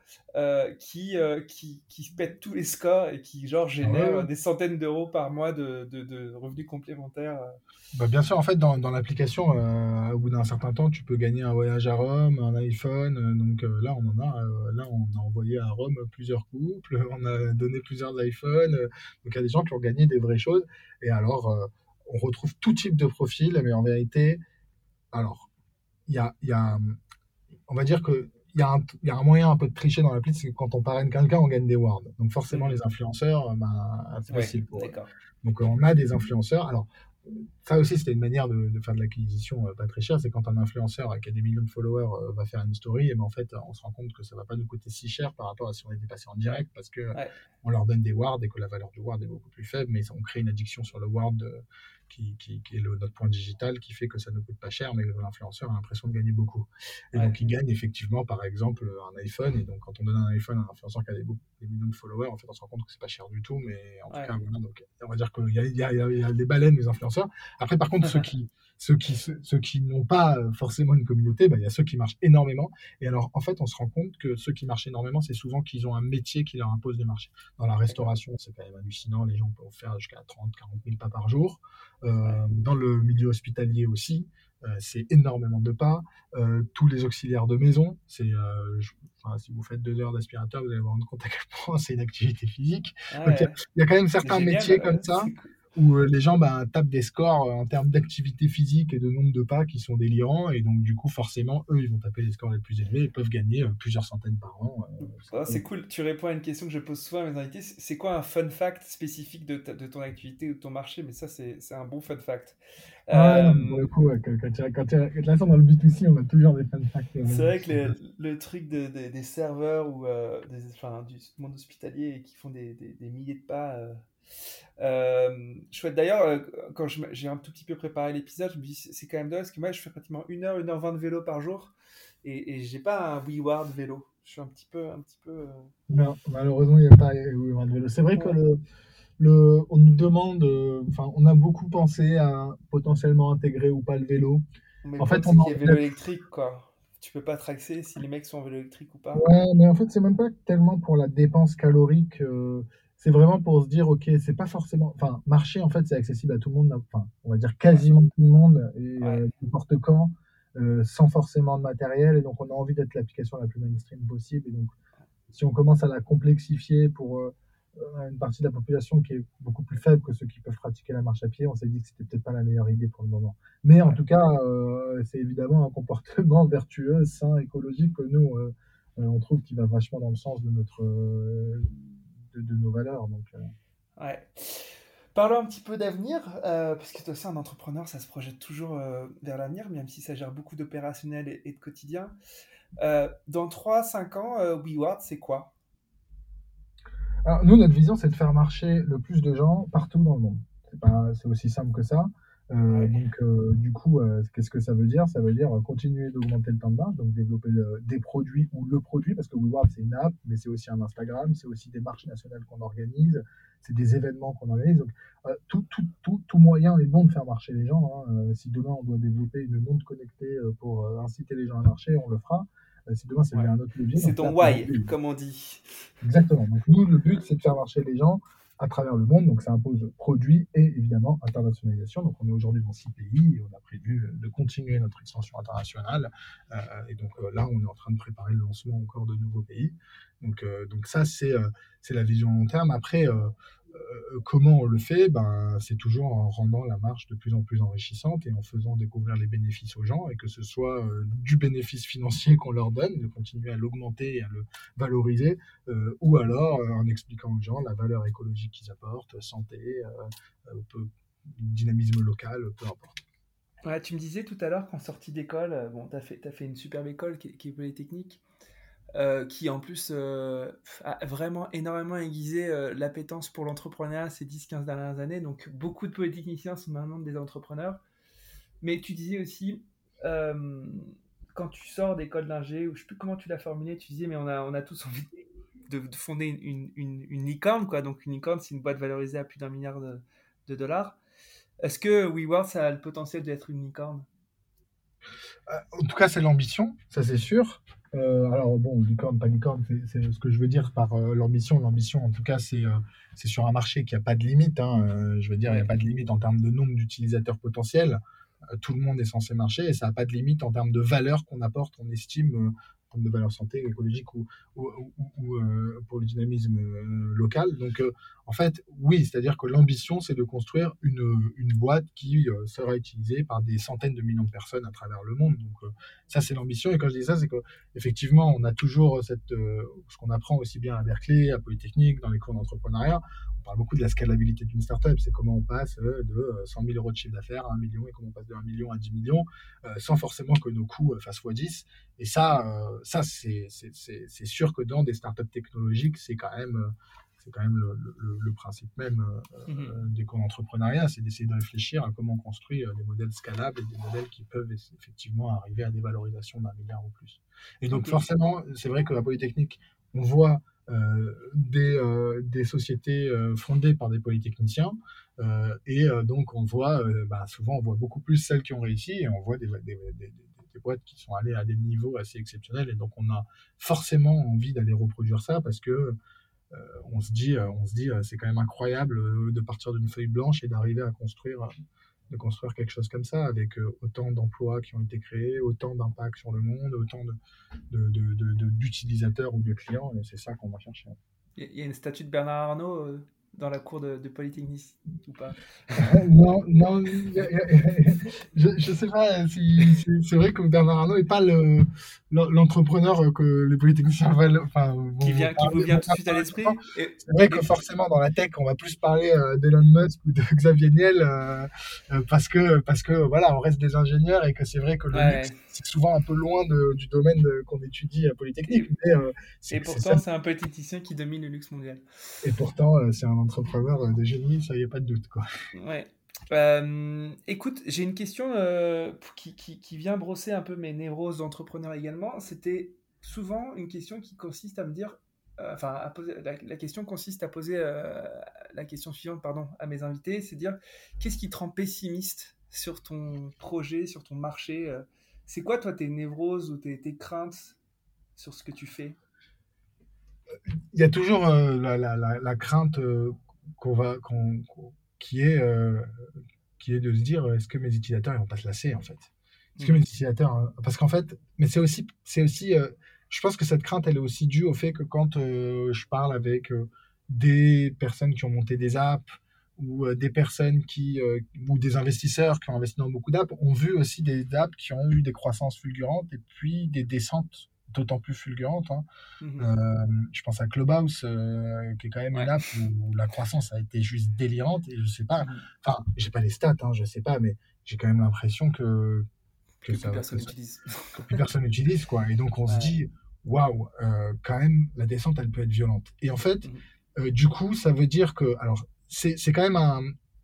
S3: qui se pète tous les scores et qui, genre,
S2: Ah ouais, ouais.
S3: génère des centaines d'euros par mois de revenus complémentaires?
S2: Bah, bien sûr, en fait, dans l'application, au bout d'un certain temps, tu peux gagner un voyage à Rome, un iPhone. Donc là, là, on a envoyé à Rome plusieurs couples, on a donné plusieurs iPhones. Donc il y a des gens qui ont gagné des vraies choses. Et alors, on retrouve tout type de profil, mais en vérité, alors, il y a, on va dire que il y a un moyen un peu de tricher dans l'appli, c'est que quand on parraine quelqu'un, on gagne des wards. Donc forcément, les
S3: Mhm.
S2: influenceurs, ben, c'est
S3: Ouais,
S2: facile pour eux.
S3: d'accord.
S2: Donc on a des influenceurs. Alors ça aussi, c'était une manière de faire de l'acquisition pas très chère. C'est quand un influenceur qui a des millions de followers va faire une story, et ben en fait, on se rend compte que ça va pas nous coûter si cher par rapport à si on était passé en direct, parce que
S3: Ouais,
S2: on leur donne des wards et que la valeur du ward est beaucoup plus faible, mais on crée une addiction sur le ward qui est notre point digital, qui fait que ça ne coûte pas cher, mais que l'influenceur a l'impression de gagner beaucoup. Et
S3: ouais,
S2: donc, il gagne effectivement, par exemple, un iPhone. Et donc, quand on donne un iPhone à un influenceur qui a des millions de followers, en fait, on se rend compte que c'est pas cher du tout. Mais en tout
S3: ouais.
S2: cas, voilà. Donc, on va dire qu'il y a des baleines, les influenceurs. Après, par contre, ceux qui n'ont pas forcément une communauté, bah, il y a ceux qui marchent énormément. Et alors, en fait, on se rend compte que ceux qui marchent énormément, c'est souvent qu'ils ont un métier qui leur impose de marcher. Dans la
S3: D'accord.
S2: restauration, c'est quand même hallucinant. Les gens peuvent faire jusqu'à 30, 40 000 pas par jour.
S3: Ouais.
S2: Dans le milieu hospitalier aussi, c'est énormément de pas. Tous les auxiliaires de maison, enfin, si vous faites 2 heures d'aspirateur, vous allez vous rendre compte à quel point c'est une activité physique.
S3: Ah
S2: Donc
S3: ouais,
S2: il y a quand même
S3: c'est
S2: certains
S3: génial,
S2: métiers comme ça
S3: c'est cool.
S2: où les gens ben, tapent des scores en termes d'activité physique et de nombre de pas qui sont délirants. Et donc, du coup, forcément, eux, ils vont taper les scores les plus élevés et peuvent gagner plusieurs centaines par an.
S3: Oh, c'est cool, tu réponds à une question que je pose souvent à mes invités. C'est quoi un fun fact spécifique de ton activité ou de ton marché? Mais ça, c'est un bon fun fact.
S2: Ouais, non, mais pour
S3: Euh,
S2: le coup, quand tu on dans le B2C, on a toujours des fun facts.
S3: c'est vrai
S2: Qui
S3: que
S2: sont passés.
S3: le truc des serveurs ou enfin, du monde hospitalier et qui font des milliers de pas. Chouette. D'ailleurs, quand j'ai un tout petit peu préparé l'épisode, je me dis c'est quand même dingue parce que moi je fais pratiquement 1 heure 20 de vélo par jour et j'ai pas un WeWard vélo. Je suis un petit peu.
S2: Non, malheureusement, il n'y a pas Women de vélo. C'est vrai que
S3: Ouais.
S2: on nous demande, enfin, on a beaucoup pensé à potentiellement intégrer ou pas le vélo.
S3: Mais le
S2: En fait,
S3: problème, c'est qu'il y a vélo électrique, quoi. Tu peux pas traxer si les mecs sont en vélo électrique ou pas.
S2: ouais, mais en fait, c'est même pas tellement pour la dépense calorique. C'est vraiment pour se dire, ok, c'est pas forcément. Enfin, marcher, en fait, c'est accessible à tout le monde. Enfin, on va dire
S3: Ouais,
S2: quasiment tout le monde et
S3: ouais,
S2: n'importe quand, sans forcément de matériel. Et donc, on a envie d'être l'application la plus mainstream possible. Et donc, si on commence à la complexifier pour une partie de la population qui est beaucoup plus faible que ceux qui peuvent pratiquer la marche à pied, on s'est dit que c'était peut-être pas la meilleure idée pour le moment. Mais en
S3: ouais,
S2: tout cas, c'est évidemment un comportement vertueux, sain, écologique que nous, on trouve qui va vachement dans le sens de de nos valeurs. Donc,
S3: ouais. Parlons un petit peu d'avenir, parce que toi aussi, un entrepreneur, ça se projette toujours vers l'avenir, même si ça gère beaucoup d'opérationnel et de quotidien. Dans 3 5 ans, WeWard, c'est quoi?
S2: alors, nous, notre vision, c'est de faire marcher le plus de gens partout dans le monde. C'est aussi simple que ça. Du coup, qu'est-ce que ça veut dire? Ça veut dire continuer d'augmenter le temps de marche, donc développer des produits ou le produit, parce que WeWork, c'est une app, mais c'est aussi un Instagram, c'est aussi des marches nationales qu'on organise, c'est des événements qu'on organise. Donc, tout moyen est bon de faire marcher les gens, hein. Si demain on doit développer une montre connectée pour inciter les gens à marcher, on le fera. Si demain c'est
S3: Ouais.
S2: un autre levier,
S3: C'est
S2: donc
S3: ton
S2: là,
S3: why, comme on dit.
S2: exactement. Donc nous, le but, c'est de faire marcher les gens à travers le monde. Donc ça impose produits et évidemment internationalisation. Donc on est aujourd'hui dans 6 pays et on a prévu de continuer notre extension internationale. Là, on est en train de préparer le lancement encore de nouveaux pays. Donc ça, c'est la vision long terme. Après, comment on le fait? C'est toujours en rendant la marche de plus en plus enrichissante et en faisant découvrir les bénéfices aux gens, et que ce soit du bénéfice financier qu'on leur donne, de continuer à l'augmenter et à le valoriser, ou alors en expliquant aux gens la valeur écologique qu'ils apportent, santé, dynamisme local, peu importe.
S3: Ouais, tu me disais tout à l'heure qu'en sortie d'école, bon, t'as fait une superbe école qui est Polytechnique, qui en plus a vraiment énormément aiguisé l'appétence pour l'entrepreneuriat ces 10-15 dernières années. Donc beaucoup de polytechniciens sont maintenant des entrepreneurs. Mais tu disais aussi, euh, quand tu sors d'école d'ingé, ou je sais plus comment tu l'as formulé, tu disais, mais on a tous envie de fonder une licorne, quoi. Donc une licorne, c'est une boîte valorisée à plus d'1 milliard de dollars. Est-ce que WeWork, ça a le potentiel d'être une licorne?
S2: En tout cas, c'est l'ambition, ça c'est sûr. Alors bon, licorne, pas licorne, c'est ce que je veux dire par l'ambition. L'ambition, en tout cas, c'est sur un marché qui n'a pas de limite, hein. Je veux dire, il n'y a
S3: Ouais.
S2: pas de limite en termes de nombre d'utilisateurs potentiels. Tout le monde est censé marcher, et ça n'a pas de limite en termes de valeur qu'on apporte, on estime, en termes de valeur santé, écologique ou pour le dynamisme local. Donc, en fait, oui, c'est-à-dire que l'ambition, c'est de construire une boîte qui sera utilisée par des centaines de millions de personnes à travers le monde. Donc, ça, c'est l'ambition. Et quand je dis ça, c'est qu'effectivement, on a toujours ce qu'on apprend aussi bien à Berkeley, à Polytechnique, dans les cours d'entrepreneuriat. On parle beaucoup de la scalabilité d'une startup. C'est comment on passe de 100 000 euros de chiffre d'affaires à 1 million, et comment on passe de 1 million à 10 millions, sans forcément que nos coûts fassent x10. Et c'est sûr que dans des startups technologiques, c'est quand même le principe même des cours d'entrepreneuriat, c'est d'essayer de réfléchir à comment on construit des modèles scalables et des modèles qui peuvent effectivement arriver à des valorisations d'1 milliard ou plus. Et donc
S3: Ok.
S2: forcément, c'est vrai que la Polytechnique, on voit des sociétés fondées par des polytechniciens, donc on voit souvent on voit beaucoup plus celles qui ont réussi, et on voit des boîtes qui sont allées à des niveaux assez exceptionnels, et donc on a forcément envie d'aller reproduire ça, parce que on se dit c'est quand même incroyable de partir d'une feuille blanche et d'arriver à de construire quelque chose comme ça, avec autant d'emplois qui ont été créés, autant d'impact sur le monde, autant d'utilisateurs ou de clients, et c'est ça qu'on va chercher.
S3: Il y a une statue de Bernard Arnault dans la cour de Polytechnique, ou pas?
S2: Non, non, je sais pas si c'est vrai que Bernard Arnault n'est pas l'entrepreneur que les polytechniciens veulent, enfin,
S3: Qui vous vient tout de
S2: vont
S3: suite à
S2: parler tout le temps.
S3: l'esprit?
S2: C'est vrai que forcément dans la tech, on va plus parler d'Elon Musk ou de Xavier Niel, parce que voilà, on reste des ingénieurs, et que c'est vrai que le luxe,
S3: Ouais.
S2: c'est souvent un peu loin du domaine qu'on étudie à Polytechnique,
S3: Et,
S2: mais
S3: et
S2: c'est ça.
S3: pourtant, c'est un polytechnicien qui domine le luxe mondial.
S2: Et pourtant, c'est un entrepreneur de génie, ça y a pas de doute, quoi.
S3: Ouais. Écoute, j'ai une question qui vient brosser un peu mes névroses d'entrepreneur également. C'était souvent une question qui consiste à me dire, la question consiste à poser la question suivante, pardon, à mes invités, c'est dire, qu'est-ce qui te rend pessimiste sur ton projet, sur ton marché? C'est quoi, toi, tes névroses ou tes craintes sur ce que tu fais?
S2: Il y a toujours la crainte qu'on va, qu'on- qu'on- qui est, euh, qui est de se dire, est-ce que mes utilisateurs ils vont pas se lasser, en fait? Est-ce que mes
S3: Mhm.
S2: utilisateurs, parce qu'en fait, mais je pense que cette crainte, elle est aussi due au fait que quand je parle avec des personnes qui ont monté des apps, ou des personnes ou des investisseurs qui ont investi dans beaucoup d'apps, ont vu aussi des apps qui ont eu des croissances fulgurantes, et puis des descentes d'autant plus fulgurantes, hein.
S3: Mhm.
S2: Euh, je pense à Clubhouse, qui est quand même une
S3: Ouais.
S2: app où la croissance a été juste délirante, et je sais pas,
S3: Mhm.
S2: enfin, j'ai pas les stats, hein, je sais pas, mais j'ai quand même l'impression
S3: Que plus personne n'utilise.
S2: que plus personne n'utilise, quoi. Et donc on se
S3: Ouais.
S2: dit, waouh, quand même, la descente, elle peut être violente. Et en fait,
S3: Mhm.
S2: du coup, ça veut dire que, alors, c'est quand même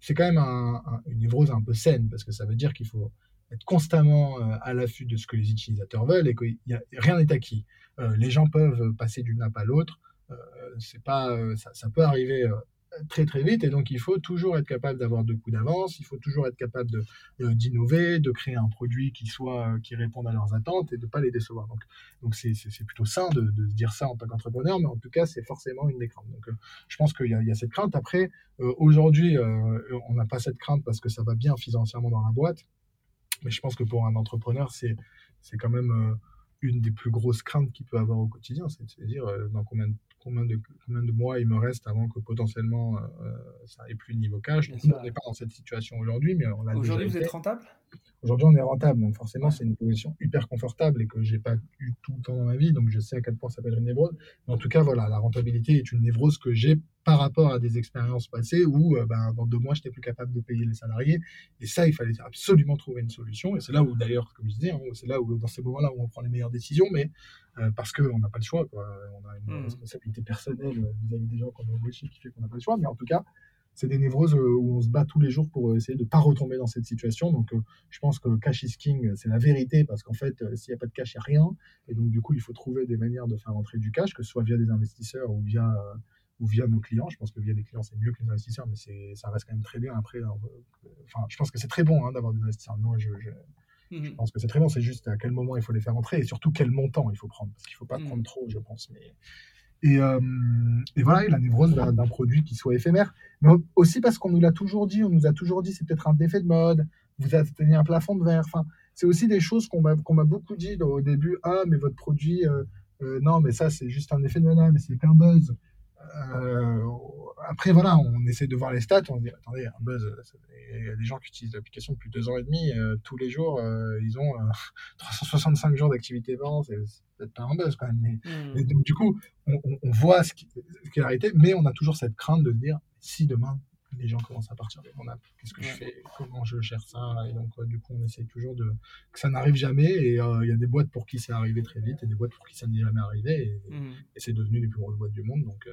S2: c'est quand même une névrose un peu saine, parce que ça veut dire qu'il faut être constamment à l'affût de ce que les utilisateurs veulent et que rien n'est acquis. Les gens peuvent passer d'une app à l'autre, c'est pas, ça peut arriver très très vite, et donc il faut toujours être capable d'avoir 2 coups d'avance, il faut toujours être capable d'innover, de créer un produit qui réponde à leurs attentes et de ne pas les décevoir. Donc c'est plutôt sain de se dire ça en tant qu'entrepreneur, mais en tout cas c'est forcément une des craintes. Donc je pense qu'il y a cette crainte. Après, aujourd'hui, on n'a pas cette crainte parce que ça va bien financièrement dans la boîte, mais je pense que pour un entrepreneur, c'est quand même une des plus grosses craintes qu'il peut avoir au quotidien, c'est-à-dire dans combien de mois il me reste avant que potentiellement ça n'ait plus niveau cash. Donc, on n'est pas dans cette situation aujourd'hui, mais on l'a déjà été.
S3: Aujourd'hui, vous êtes rentable ?
S2: Aujourd'hui, on est rentable, donc forcément, c'est une position hyper confortable et que j'ai pas eu tout le temps dans ma vie, donc je sais à quel point ça peut être une névrose. Mais en tout cas, voilà, la rentabilité est une névrose que j'ai par rapport à des expériences passées où dans 2 mois, je n'étais plus capable de payer les salariés. Et ça, il fallait absolument trouver une solution. Et c'est là où, d'ailleurs, comme je disais, c'est là où, dans ces moments-là, où on prend les meilleures décisions, mais parce qu'on n'a pas le choix, quoi. On a une responsabilité personnelle vis-à-vis des gens qu'on a embauchés qui fait qu'on n'a pas le choix. Mais en tout cas, c'est des névroses où on se bat tous les jours pour essayer de ne pas retomber dans cette situation. Donc, je pense que cash is king, c'est la vérité, parce qu'en fait, s'il n'y a pas de cash, il n'y a rien. Et donc, du coup, il faut trouver des manières de faire rentrer du cash, que ce soit via des investisseurs ou via nos clients. Je pense que via des clients, c'est mieux que les investisseurs, mais ça reste quand même très bien. Après, je pense que c'est très bon d'avoir des investisseurs. Moi, je pense que c'est très bon. C'est juste à quel moment il faut les faire rentrer et surtout quel montant il faut prendre. Parce qu'il ne faut pas prendre trop, je pense. Et voilà, et la névrose d'un produit qui soit éphémère. Mais aussi parce qu'on nous a toujours dit, c'est peut-être un défait de mode, vous atteignez un plafond de verre. Enfin, c'est aussi des choses qu'on m'a beaucoup dit au début. Ah, mais votre produit, non, mais ça, c'est juste un effet de mode, mais c'est qu'un buzz. Après, voilà, on essaie de voir les stats, on se dit, attendez, un buzz, il y a des gens qui utilisent l'application depuis 2 ans et demi, tous les jours, ils ont 365 jours d'activité par an, c'est peut-être pas un buzz quand même, mais donc, du coup, on voit ce qui est arrêté, mais on a toujours cette crainte de se dire, si demain, les gens commencent à partir de mon app, qu'est-ce que je fais, comment je gère ça, et donc, du coup, on essaie toujours que ça n'arrive jamais, et il y a des boîtes pour qui c'est arrivé très vite, et des boîtes pour qui ça n'est jamais arrivé, et c'est devenu les plus grosses boîtes du monde, donc...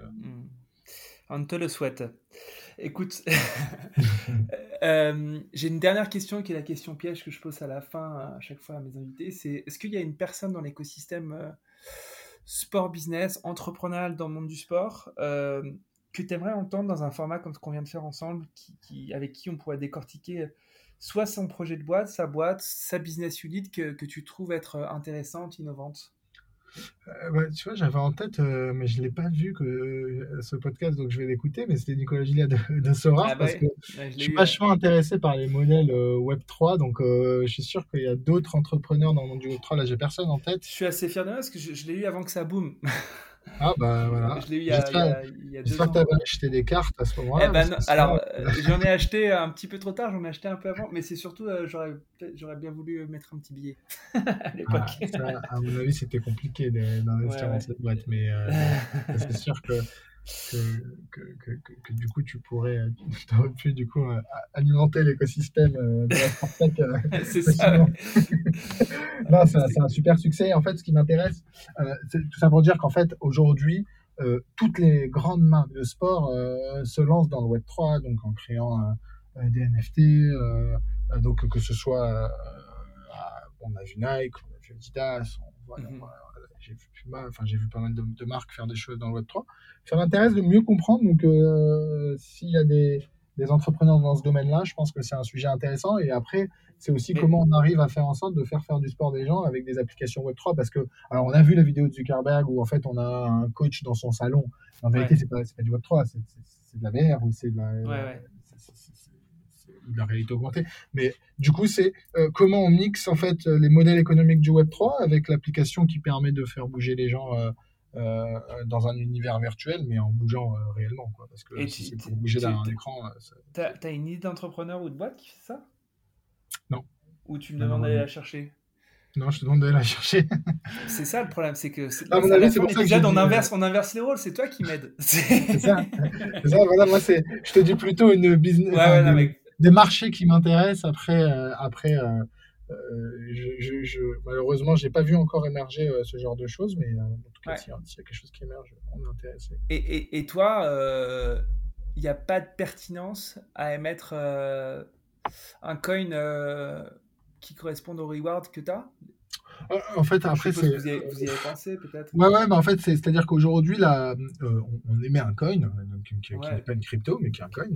S3: On te le souhaite. Écoute, j'ai une dernière question qui est la question piège que je pose à la fin à chaque fois à mes invités. C'est, est-ce qu'il y a une personne dans l'écosystème sport business, entrepreneurial dans le monde du sport, que tu aimerais entendre dans un format comme ce qu'on vient de faire ensemble, avec qui on pourrait décortiquer soit son projet de boîte, sa business unit que tu trouves être intéressante, innovante?
S2: Tu vois, j'avais en tête, mais je ne l'ai pas vu ce podcast, donc je vais l'écouter, mais c'était Nicolas Gilliat de Sora, parce que je suis vachement intéressé par les modèles Web3, donc je suis sûr qu'il y a d'autres entrepreneurs dans le monde du Web3, là j'ai personne en tête.
S3: Je suis assez fier de moi parce que je l'ai eu avant que ça boom.
S2: Ah bah voilà.
S3: Je l'ai eu il y a 2 ans.
S2: J'espère que tu avais acheté des cartes à ce moment-là.
S3: Alors, j'en ai acheté un petit peu trop tard, j'en ai acheté un peu avant, mais c'est surtout, j'aurais bien voulu mettre un petit billet à l'époque.
S2: Ça, à mon avis, c'était compliqué d'investir dans cette boîte, mais c'est sûr que du coup, tu aurais pu du coup alimenter l'écosystème de la Sportec.
S3: C'est ça.
S2: Non, c'est un super succès. En fait, ce qui m'intéresse, c'est tout ça pour dire qu'en fait, aujourd'hui, toutes les grandes marques de sport se lancent dans le Web3, donc en créant des NFT, donc que ce soit, on a vu Nike, on a vu Adidas, j'ai vu pas mal de marques faire des choses dans le Web3. Ça m'intéresse de mieux comprendre, donc s'il y a des entrepreneurs dans ce domaine-là, je pense que c'est un sujet intéressant. Et après, c'est aussi comment on arrive à faire en sorte de faire du sport des gens avec des applications Web3. Parce que, alors, on a vu la vidéo de Zuckerberg où en fait on a un coach dans son salon. En vérité, c'est pas du Web3, c'est de la VR ou c'est de la réalité augmentée. Mais du coup, c'est comment on mixe en fait les modèles économiques du Web3 avec l'application qui permet de faire bouger les gens dans un univers virtuel, mais en bougeant réellement, quoi. Parce que si c'est pour bouger derrière un écran...
S3: T'as une idée d'entrepreneur ou de boîte qui fait ça?
S2: Non.
S3: Ou tu me demandes d'aller la chercher?
S2: Non, je te demande d'aller la chercher.
S3: C'est ça le problème, c'est que
S2: à mon avis, c'est pour ça que
S3: on inverse les rôles, c'est toi qui m'aides.
S2: C'est ça, voilà, moi, je te dis plutôt une business... des marchés qui m'intéressent. Après malheureusement, j'ai pas vu encore émerger ce genre de choses, mais en tout cas, s'il y a quelque chose qui émerge, on est intéressé.
S3: Et toi, il n'y a pas de pertinence à émettre un coin qui corresponde au reward que tu as.
S2: En fait, après, c'est.
S3: Vous y avez pensé peut-être.
S2: Ouais, mais en fait, c'est-à-dire qu'aujourd'hui, là, on émet un coin, donc, qui n'est pas une crypto, mais qui est un coin,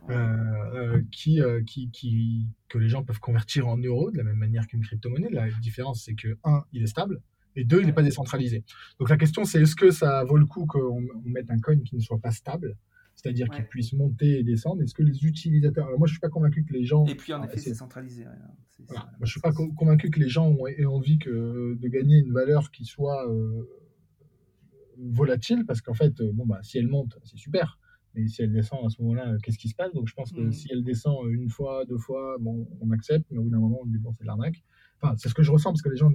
S2: que les gens peuvent convertir en euros de la même manière qu'une crypto-monnaie. La différence, c'est que, un, il est stable, et deux, il n'est pas décentralisé. Donc la question, c'est est-ce que ça vaut le coup qu'on mette un coin qui ne soit pas stable, c'est-à-dire qu'il puisse monter et descendre? Est-ce que les utilisateurs... Alors moi, je ne suis pas convaincu que les gens...
S3: Et puis, en effet, c'est centralisé.
S2: Voilà. Moi, je ne suis pas convaincu que les gens aient envie de gagner une valeur qui soit volatile, parce qu'en fait, si elle monte, c'est super. Mais si elle descend à ce moment-là, qu'est-ce qui se passe? Donc je pense que si elle descend une fois, deux fois, bon, on accepte, mais au bout d'un moment, on dit bon, c'est de l'arnaque. Enfin, c'est ce que je ressens, parce que les gens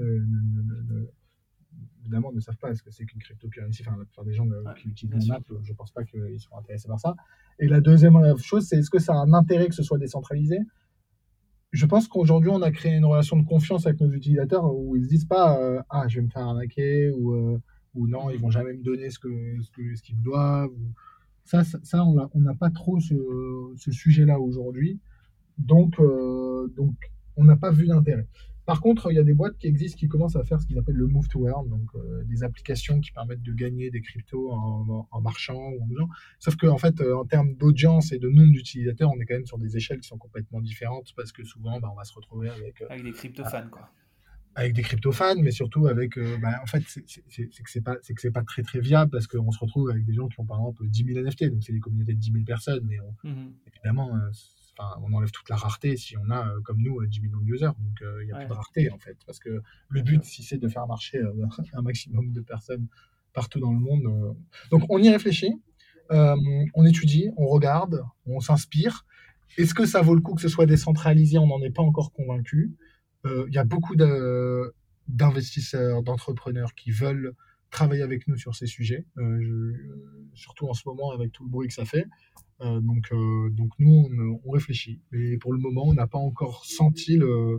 S2: évidemment ne savent pas ce que c'est qu'une cryptocurrency. Enfin, la plupart des gens qui utilisent mon app, je ne pense pas qu'ils seront intéressés par ça. Et la deuxième chose, c'est est-ce que ça a un intérêt que ce soit décentralisé? Je pense qu'aujourd'hui, on a créé une relation de confiance avec nos utilisateurs où ils ne se disent pas ah, je vais me faire arnaquer, ou non, ils ne vont jamais me donner ce qu'ils me doivent. Ça, on n'a pas trop ce sujet-là aujourd'hui. Donc, on n'a pas vu d'intérêt. Par contre, il y a des boîtes qui existent qui commencent à faire ce qu'ils appellent le move to earn, donc des applications qui permettent de gagner des cryptos en marchant ou en bougeant. Sauf qu'en fait, en termes d'audience et de nombre d'utilisateurs, on est quand même sur des échelles qui sont complètement différentes, parce que souvent, on va se retrouver avec
S3: des crypto-fans, quoi.
S2: Avec des crypto-fans, mais surtout avec... en fait, c'est que c'est pas très très viable, parce qu'on se retrouve avec des gens qui ont par exemple 10 000 NFT, donc c'est des communautés de 10 000 personnes, mais évidemment... on enlève toute la rareté si on a, comme nous, 10 millions de users. Donc, il n'y a plus de rareté, en fait. Parce que le but, si c'est de faire marcher un maximum de personnes partout dans le monde... Donc, on y réfléchit, on étudie, on regarde, on s'inspire. Est-ce que ça vaut le coup que ce soit décentralisé? On n'en est pas encore convaincu. Il y a beaucoup d'investisseurs, d'entrepreneurs qui veulent travailler avec nous sur ces sujets, surtout en ce moment avec tout le bruit que ça fait. Donc nous, on réfléchit. Mais pour le moment, on n'a pas encore senti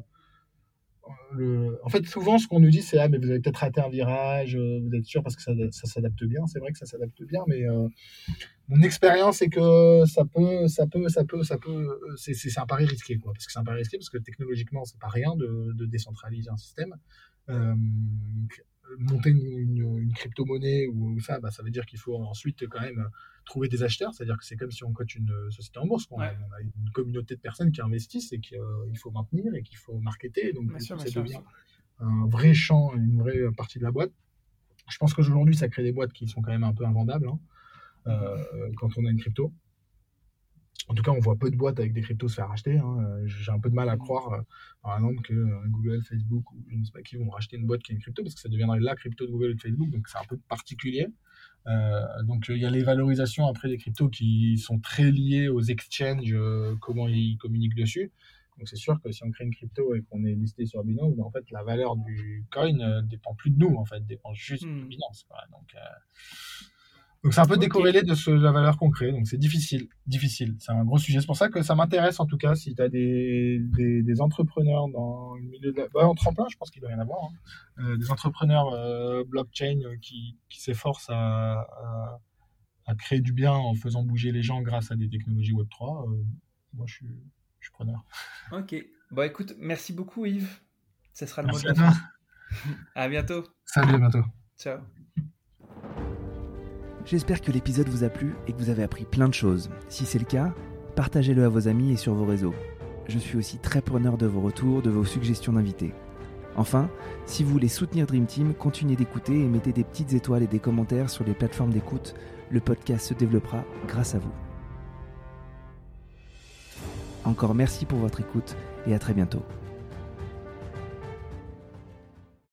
S2: En fait, souvent, ce qu'on nous dit, c'est « Ah, mais vous avez peut-être raté un virage, vous êtes sûr parce que ça s'adapte bien ». C'est vrai que ça s'adapte bien, mais mon expérience, c'est que ça peut... C'est un pari risqué, quoi. Parce que c'est un pari risqué, parce que technologiquement, c'est pas rien de décentraliser un système. Monter une crypto-monnaie ou ça, ça veut dire qu'il faut ensuite quand même trouver des acheteurs, c'est-à-dire que c'est comme si on cote une société en bourse, on a une communauté de personnes qui investissent et qu'il faut maintenir et qu'il faut marketer, donc ça devient un vrai champ, une vraie partie de la boîte. Je pense qu'aujourd'hui ça crée des boîtes qui sont quand même un peu invendables, quand on a une crypto. En tout cas, on voit peu de boîtes avec des cryptos se faire racheter. J'ai un peu de mal à croire, par exemple, que Google, Facebook ou je ne sais pas qui vont racheter une boîte qui a une crypto, parce que ça deviendrait la crypto de Google et de Facebook, donc c'est un peu particulier. Donc il y a les valorisations après des cryptos qui sont très liées aux exchanges, comment ils communiquent dessus. Donc c'est sûr que si on crée une crypto et qu'on est listé sur Binance, en fait la valeur du coin ne dépend plus de nous, en fait, dépend juste de Binance, quoi. Donc c'est un peu décorrélé de la valeur qu'on crée, donc c'est difficile. C'est un gros sujet. C'est pour ça que ça m'intéresse, en tout cas, si tu as des entrepreneurs dans le milieu de en tremplin, je pense qu'il doit y en avoir, des entrepreneurs blockchain qui s'efforcent à créer du bien en faisant bouger les gens grâce à des technologies Web3. Moi, je suis preneur.
S3: Ok. Bon, écoute, merci beaucoup, Yves. Ça sera le mot de la fin. À bientôt.
S2: Salut, à bientôt.
S3: Ciao.
S1: J'espère que l'épisode vous a plu et que vous avez appris plein de choses. Si c'est le cas, partagez-le à vos amis et sur vos réseaux. Je suis aussi très preneur de vos retours, de vos suggestions d'invités. Enfin, si vous voulez soutenir Dream Team, continuez d'écouter et mettez des petites étoiles et des commentaires sur les plateformes d'écoute. Le podcast se développera grâce à vous. Encore merci pour votre écoute et à très bientôt.